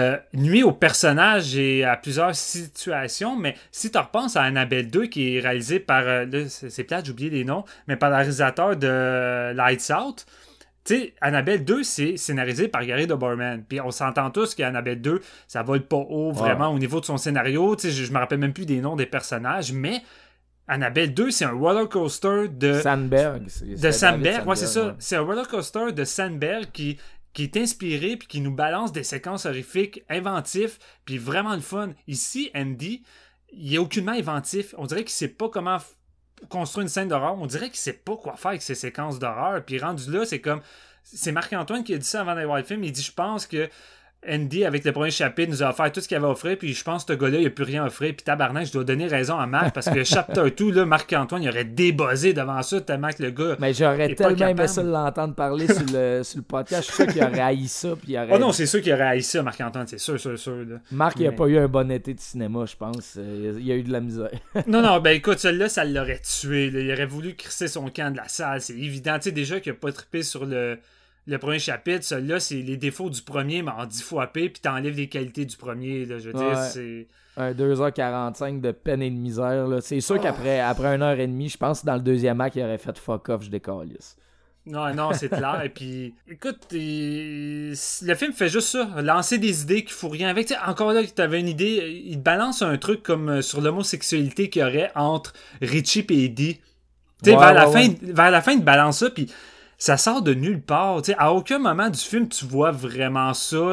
au personnage et à plusieurs situations, mais si tu repenses à Annabelle 2 qui est réalisée par, là, c'est plate, j'ai oublié les noms, mais par le réalisateur de Lights Out, tu sais, Annabelle 2, c'est scénarisé par Gary Doberman. Puis on s'entend tous qu'Annabelle 2, ça vole pas haut vraiment au niveau de son scénario. Tu sais, je me rappelle même plus des noms des personnages, mais Annabelle 2, c'est un roller coaster de Sandberg. De Sandberg, ouais, c'est ça. Ouais. C'est un roller coaster de Sandberg qui est inspiré puis qui nous balance des séquences horrifiques, inventifs, puis vraiment le fun. Ici, Andy, il est aucunement inventif. On dirait qu'il sait pas comment construire une scène d'horreur. On dirait qu'il sait pas quoi faire avec ces séquences d'horreur. Puis rendu là, c'est comme... C'est Marc-Antoine qui a dit ça avant d'aller voir le film. Il dit, je pense que Andy, avec le premier chapitre, nous a offert tout ce qu'il avait offert, puis je pense que ce gars-là, il n'a plus rien offert, puis tabarnak, je dois donner raison à Marc, parce que Chapter 2, là, Marc-Antoine, il aurait débuzzé devant ça, tellement que le gars. Mais j'aurais tellement aimé ça de l'entendre parler sur le podcast. Je suis sûr qu'il aurait haï ça, puis il aurait... Oh non, c'est sûr qu'il aurait haï ça, Marc-Antoine, c'est sûr, là. Marc, il n'a pas eu un bon été de cinéma, je pense. Il a eu de la misère. non, ben écoute, celui-là, ça l'aurait tué, là. Il aurait voulu crisser son camp de la salle, c'est évident. Tu sais, déjà qu'il n'a pas trippé sur le premier chapitre, celui-là, c'est les défauts du premier, mais en 10 fois pire, puis t'enlèves les qualités du premier, là, je veux dire, c'est... Un 2h45 de peine et de misère, là. C'est sûr qu'après 1h30, je pense que dans le deuxième acte, il aurait fait fuck off, je décalisse. Non, c'est clair. Et puis, écoute, le film fait juste ça, lancer des idées qu'il faut rien avec. T'sais, encore là, tu avais une idée, il te balance un truc comme sur l'homosexualité qu'il y aurait entre Richie et Eddie. Vers la fin, il te balance ça, puis ça sort de nulle part. T'sais, à aucun moment du film, tu vois vraiment ça.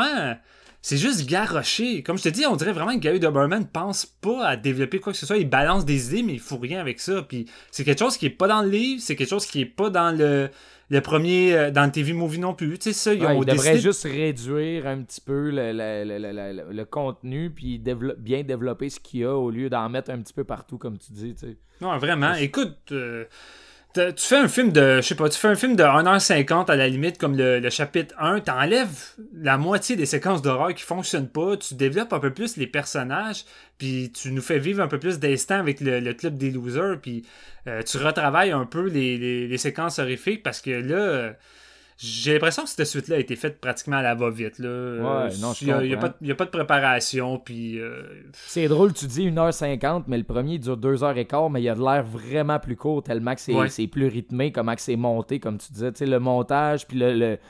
C'est juste garroché. Comme je te dis, on dirait vraiment que Gary Doberman pense pas à développer quoi que ce soit. Il balance des idées, mais il fout rien avec ça. Puis c'est quelque chose qui est pas dans le livre, c'est quelque chose qui est pas dans le premier, dans le TV Movie non plus. Tu sais, ça, ils devraient juste réduire un petit peu le contenu, puis bien développer ce qu'il y a au lieu d'en mettre un petit peu partout, comme tu dis. T'sais. Non, vraiment. Écoute... tu fais un film de 1h50 à la limite, comme le chapitre 1, t'enlèves la moitié des séquences d'horreur qui fonctionnent pas, tu développes un peu plus les personnages, puis tu nous fais vivre un peu plus d'instants avec le club des losers, puis tu retravailles un peu les séquences horrifiques, parce que là... j'ai l'impression que cette suite-là a été faite pratiquement à la va-vite. Là. Ouais, non, il n'y a pas de préparation. Puis, c'est drôle, tu dis 1h50, mais le premier dure 2h15, mais il a de l'air vraiment plus court, tellement que c'est plus rythmé, comment que c'est monté, comme tu disais. Tu sais, le montage, puis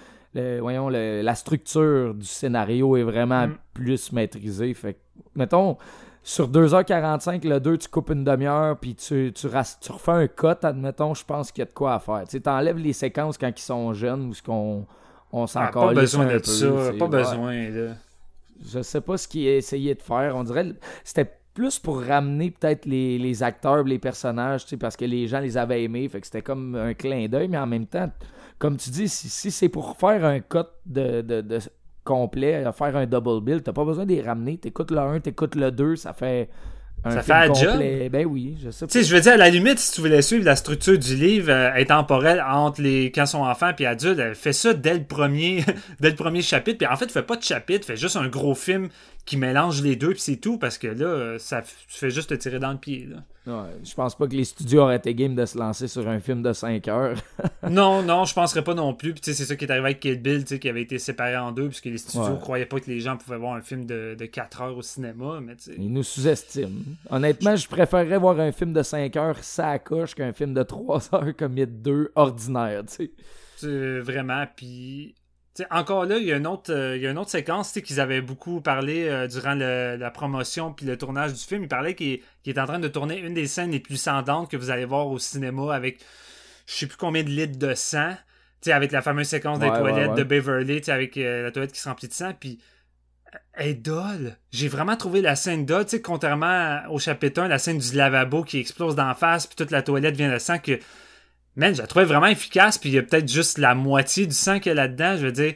la structure du scénario est vraiment plus maîtrisée. Fait que, mettons... Sur 2h45, le 2, tu coupes une demi-heure, puis tu refais un cut, admettons, je pense qu'il y a de quoi à faire. Tu enlèves les séquences quand ils sont jeunes, ou ce qu'on s'en calisse pas besoin de ça, pas besoin. Là. Je sais pas ce qu'il a essayé de faire. On dirait c'était plus pour ramener peut-être les acteurs, les personnages, parce que les gens les avaient aimés, fait que c'était comme un clin d'œil, mais en même temps, comme tu dis, si c'est pour faire un cut de complet, à faire un double bill, t'as pas besoin de les ramener, t'écoutes le 1, t'écoutes le 2, ça fait Ça film fait la job. complet. Ben oui, je sais pas. Tu sais, je veux dire, à la limite, si tu voulais suivre la structure du livre intemporelle entre quand ils sont enfants et adultes, fais ça dès le premier chapitre. Puis en fait, fais pas de chapitre, fais juste un gros film qui mélange les deux, puis c'est tout, parce que là, tu fais juste te tirer dans le pied. Là. Ouais, je pense pas que les studios auraient été game de se lancer sur un film de 5 heures. Non, je penserais pas non plus. Puis tu sais, c'est ça qui est arrivé avec Kill Bill, tu sais, qui avait été séparé en deux, puisque les studios croyaient pas que les gens pouvaient voir un film de 4 heures au cinéma. Mais tu sais. Ils nous sous-estiment. Honnêtement, je préférerais voir un film de 5 heures ça coche qu'un film de 3 heures comme It 2 ordinaire, tu sais. Vraiment, puis... T'sais, encore là, il y a une autre séquence qu'ils avaient beaucoup parlé durant la promotion puis le tournage du film. Il parlait qu'il est en train de tourner une des scènes les plus sanglantes que vous allez voir au cinéma avec je sais plus combien de litres de sang. Avec la fameuse séquence des toilettes de Beverly, avec la toilette qui se remplit de sang. Puis, elle est dolle. J'ai vraiment trouvé la scène dolle. Contrairement au chapitre 1, la scène du lavabo qui explose d'en face puis toute la toilette vient de sang que... Man, je la trouvais vraiment efficace, puis il y a peut-être juste la moitié du sang qu'il y a là-dedans. Je veux dire,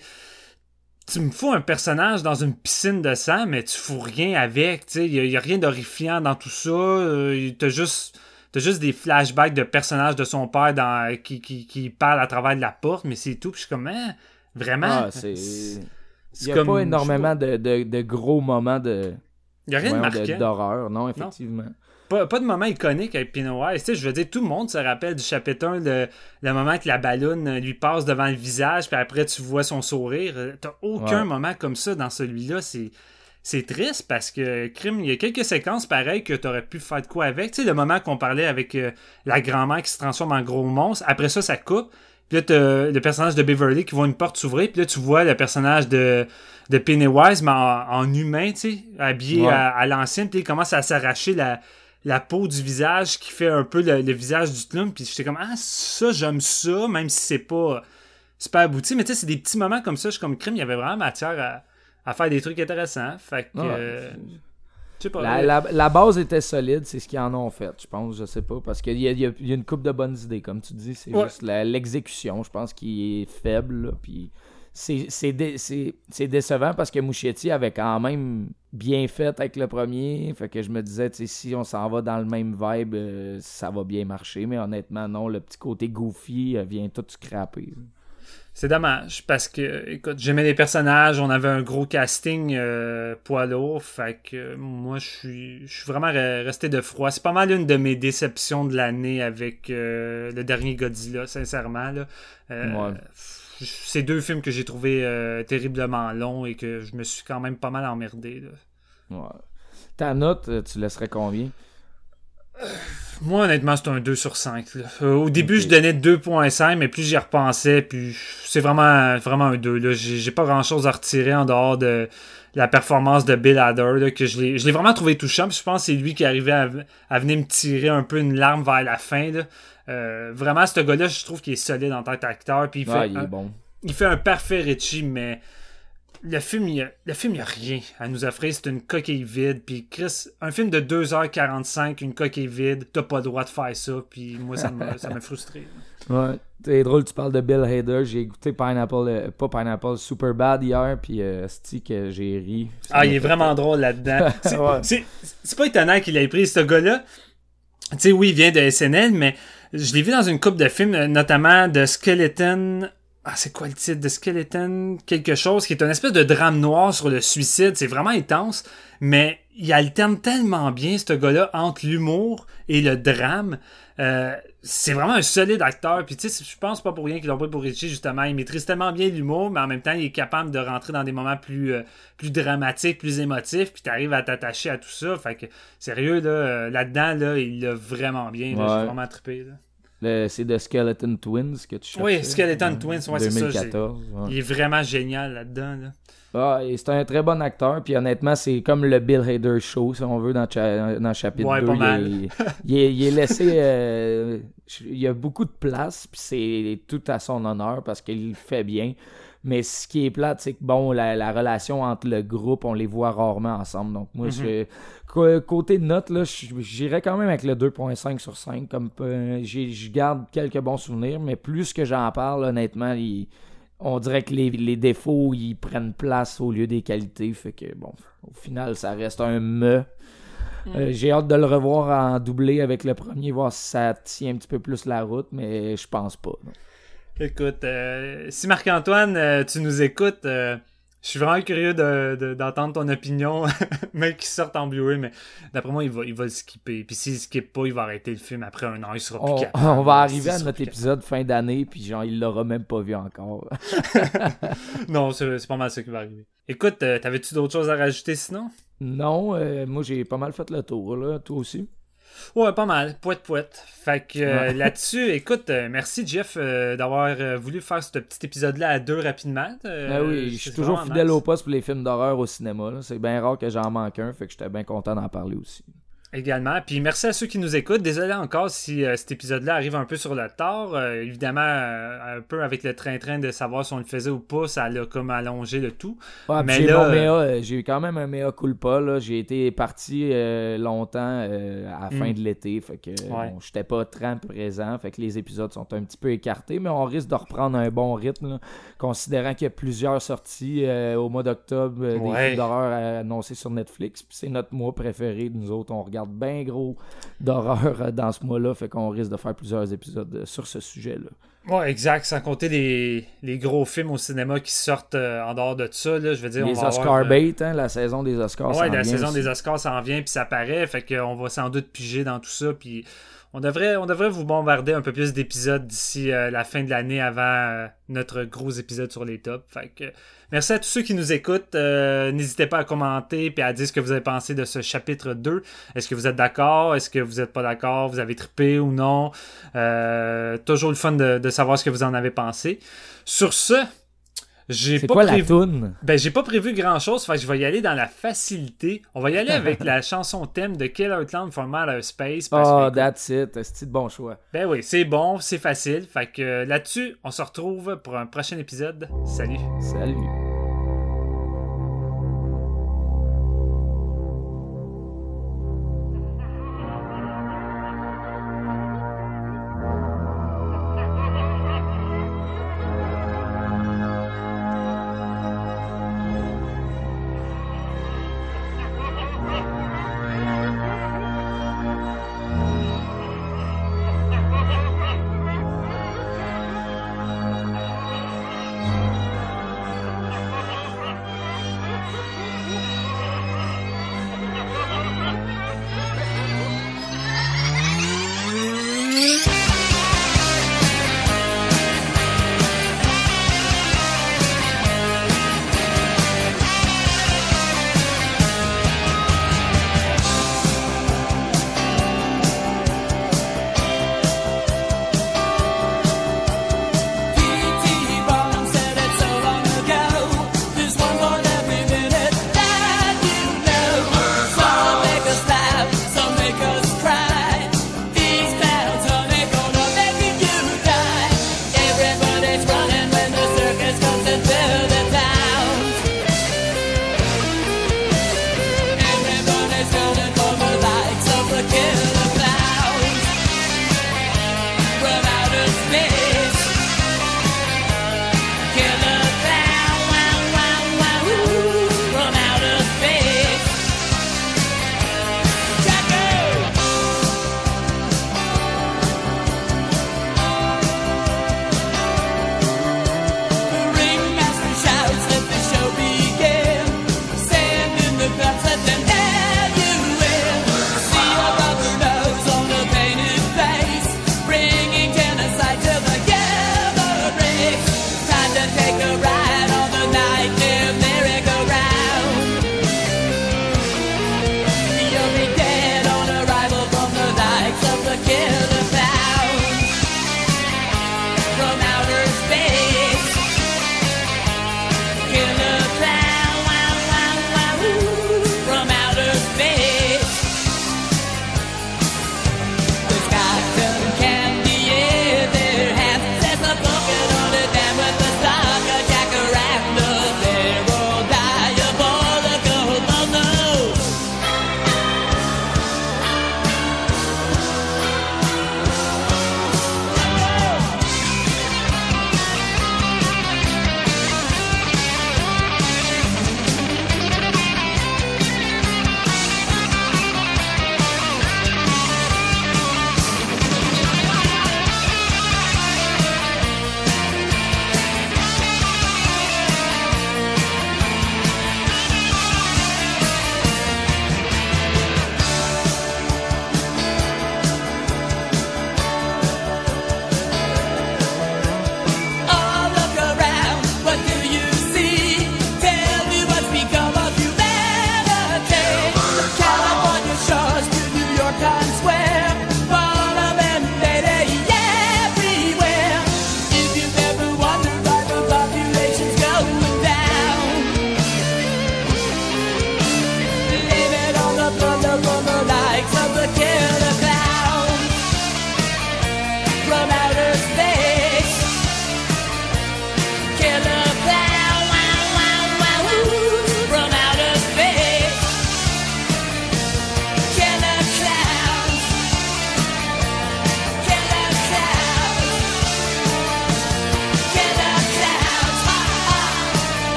tu me fous un personnage dans une piscine de sang, mais tu fous rien avec. Il y a rien d'horrifiant dans tout ça. T'as juste des flashbacks de personnages de son père qui parlent à travers de la porte, mais c'est tout. Puis je suis comme, vraiment? Il n'y a pas énormément de gros moments il n'y a rien de marquant. D'horreur, non, effectivement. Non. Pas de moment iconique avec Pennywise. Je veux dire, tout le monde se rappelle du chapitre 1, le moment que la balloune lui passe devant le visage, puis après tu vois son sourire. T'as aucun moment comme ça dans celui-là. C'est triste parce que, il y a quelques séquences pareilles que t'aurais pu faire de quoi avec. Tu sais, le moment qu'on parlait avec la grand-mère qui se transforme en gros monstre, après ça coupe. Puis là, t'as le personnage de Beverly qui voit une porte s'ouvrir, puis là, tu vois le personnage de Pennywise, mais en humain, tu sais, habillé à l'ancienne, puis il commence à s'arracher la peau du visage qui fait un peu le visage du clown, puis j'étais comme ça j'aime ça, même si c'est pas super abouti, mais tu sais c'est des petits moments comme ça, je suis comme il y avait vraiment matière à faire des trucs intéressants, fait que je sais pas. La base était solide, c'est ce qu'ils en ont fait, je pense, je sais pas, parce qu'il y a une couple de bonnes idées, comme tu dis, c'est juste l'exécution, je pense, qui est faible, là, puis c'est décevant parce que Muschietti avait quand même bien fait avec le premier. Fait que je me disais, si on s'en va dans le même vibe, ça va bien marcher. Mais honnêtement, non, le petit côté goofy vient tout scraper. C'est dommage parce que, écoute, j'aimais les personnages, on avait un gros casting poids lourd. Fait que moi, je suis vraiment resté de froid. C'est pas mal une de mes déceptions de l'année avec le dernier Godzilla, sincèrement. Là. C'est deux films que j'ai trouvé terriblement longs et que je me suis quand même pas mal emmerdé. Là. Ouais. Ta note, tu laisserais combien? Moi, honnêtement, c'est un 2 sur 5. Au début, je donnais 2.5, mais plus j'y repensais, puis c'est vraiment un 2. Là. J'ai pas grand-chose à retirer en dehors de la performance de Bill Hader, là, que je l'ai vraiment trouvé touchant. Puis je pense que c'est lui qui arrivait à venir me tirer un peu une larme vers la fin. Là. Vraiment, ce gars-là, je trouve qu'il est solide en tant qu'acteur. Puis il fait un parfait Richie, mais le film, il y a rien à nous offrir. C'est une coquille vide. Puis Chris, un film de 2h45, une coquille vide, t'as pas le droit de faire ça. Puis moi, ça m'a frustré. Ouais, c'est drôle, tu parles de Bill Hader. J'ai écouté Superbad hier, puis que j'ai ri. Il est vraiment drôle là-dedans. C'est pas étonnant qu'il ait pris ce gars-là. Tu sais, oui, il vient de SNL, mais je l'ai vu dans une couple de films, notamment de Skeleton. C'est quoi le titre de Skeleton? Quelque chose qui est une espèce de drame noir sur le suicide. C'est vraiment intense, mais il alterne tellement bien, ce gars-là, entre l'humour et le drame. C'est vraiment un solide acteur. Puis tu sais, je pense pas pour rien qu'ils l'ont pris pour Richie, justement. Il maîtrise tellement bien l'humour, mais en même temps, il est capable de rentrer dans des moments plus dramatiques, plus émotifs, puis t'arrives à t'attacher à tout ça. Fait que, sérieux, là-dedans, là, il l'a vraiment bien. Là, j'ai vraiment trippé, là. C'est The Skeleton Twins que tu cherches. Oui, Skeleton Twins, c'est 2014, ça. Il est vraiment génial là-dedans. Là. Et c'est un très bon acteur, puis honnêtement, c'est comme le Bill Hader Show, si on veut, dans le chapitre 2. Pas mal. Il est laissé... il y a beaucoup de place, puis c'est tout à son honneur, parce qu'il le fait bien. Mais ce qui est plate, c'est que bon, la relation entre le groupe, on les voit rarement ensemble. Donc moi, côté note, là, j'irais quand même avec le 2.5 sur 5. Comme je garde quelques bons souvenirs, mais plus que j'en parle, honnêtement, on dirait que les défauts, ils prennent place au lieu des qualités. Fait que bon, au final, ça reste un me. J'ai hâte de le revoir en doublé avec le premier, voir si ça tient un petit peu plus la route, mais je pense pas. Non. Écoute, si Marc-Antoine, tu nous écoutes, je suis vraiment curieux d'entendre ton opinion, même qu'il sorte en Blu-ray, mais d'après moi, il va le skipper. Puis s'il ne skippe pas, il va arrêter le film après 1 an, il sera plus capable. On va arriver à notre épisode fin d'année, puis genre, il l'aura même pas vu encore. Non, c'est pas mal ça qui va arriver. Écoute, t'avais-tu d'autres choses à rajouter sinon? Non, moi j'ai pas mal fait le tour, là. Toi aussi? Ouais, pas mal. Pouette. Fait que là-dessus, écoute, merci Jeff d'avoir voulu faire ce petit épisode-là à 2 rapidement. Oui, je suis toujours fidèle au poste pour les films d'horreur au cinéma. Là. C'est bien rare que j'en manque un, fait que j'étais bien content d'en parler aussi. Également. Puis merci à ceux qui nous écoutent. Désolé encore si cet épisode-là arrive un peu sur le tard. Évidemment, un peu avec le train-train de savoir si on le faisait ou pas, ça l'a comme allongé le tout. Ouais, mais là, j'ai quand même un mea culpa. Là. J'ai été parti longtemps à la fin de l'été. Fait que bon, j'étais pas très présent. Fait que les épisodes sont un petit peu écartés, mais on risque de reprendre un bon rythme. Là, considérant qu'il y a plusieurs sorties au mois d'octobre des films d'horreur annoncés sur Netflix. Puis c'est notre mois préféré. Nous autres, on regarde bien gros d'horreur dans ce mois-là, fait qu'on risque de faire plusieurs épisodes sur ce sujet-là. Ouais, exact, sans compter les gros films au cinéma qui sortent en dehors de ça, là, je veux dire, les Oscar bait, la saison des Oscars s'en vient. Ouais, la saison aussi. des Oscars s'en vient, puis ça paraît, fait qu'on va sans doute piger dans tout ça, puis on devrait vous bombarder un peu plus d'épisodes d'ici la fin de l'année avant notre gros épisode sur les tops. Fait que merci à tous ceux qui nous écoutent. N'hésitez pas à commenter et à dire ce que vous avez pensé de ce chapitre 2. Est-ce que vous êtes d'accord? Est-ce que vous n'êtes pas d'accord? Vous avez trippé ou non? Toujours le fun de savoir ce que vous en avez pensé. Sur ce, c'est quoi la toune? Ben, j'ai pas prévu grand-chose, fait que je vais y aller dans la facilité. On va y aller avec la chanson thème de Killer Clown from Outer Space. That's it. C'est de bon choix. Ben oui, c'est bon, c'est facile. Fait que là-dessus, on se retrouve pour un prochain épisode. Salut! Salut!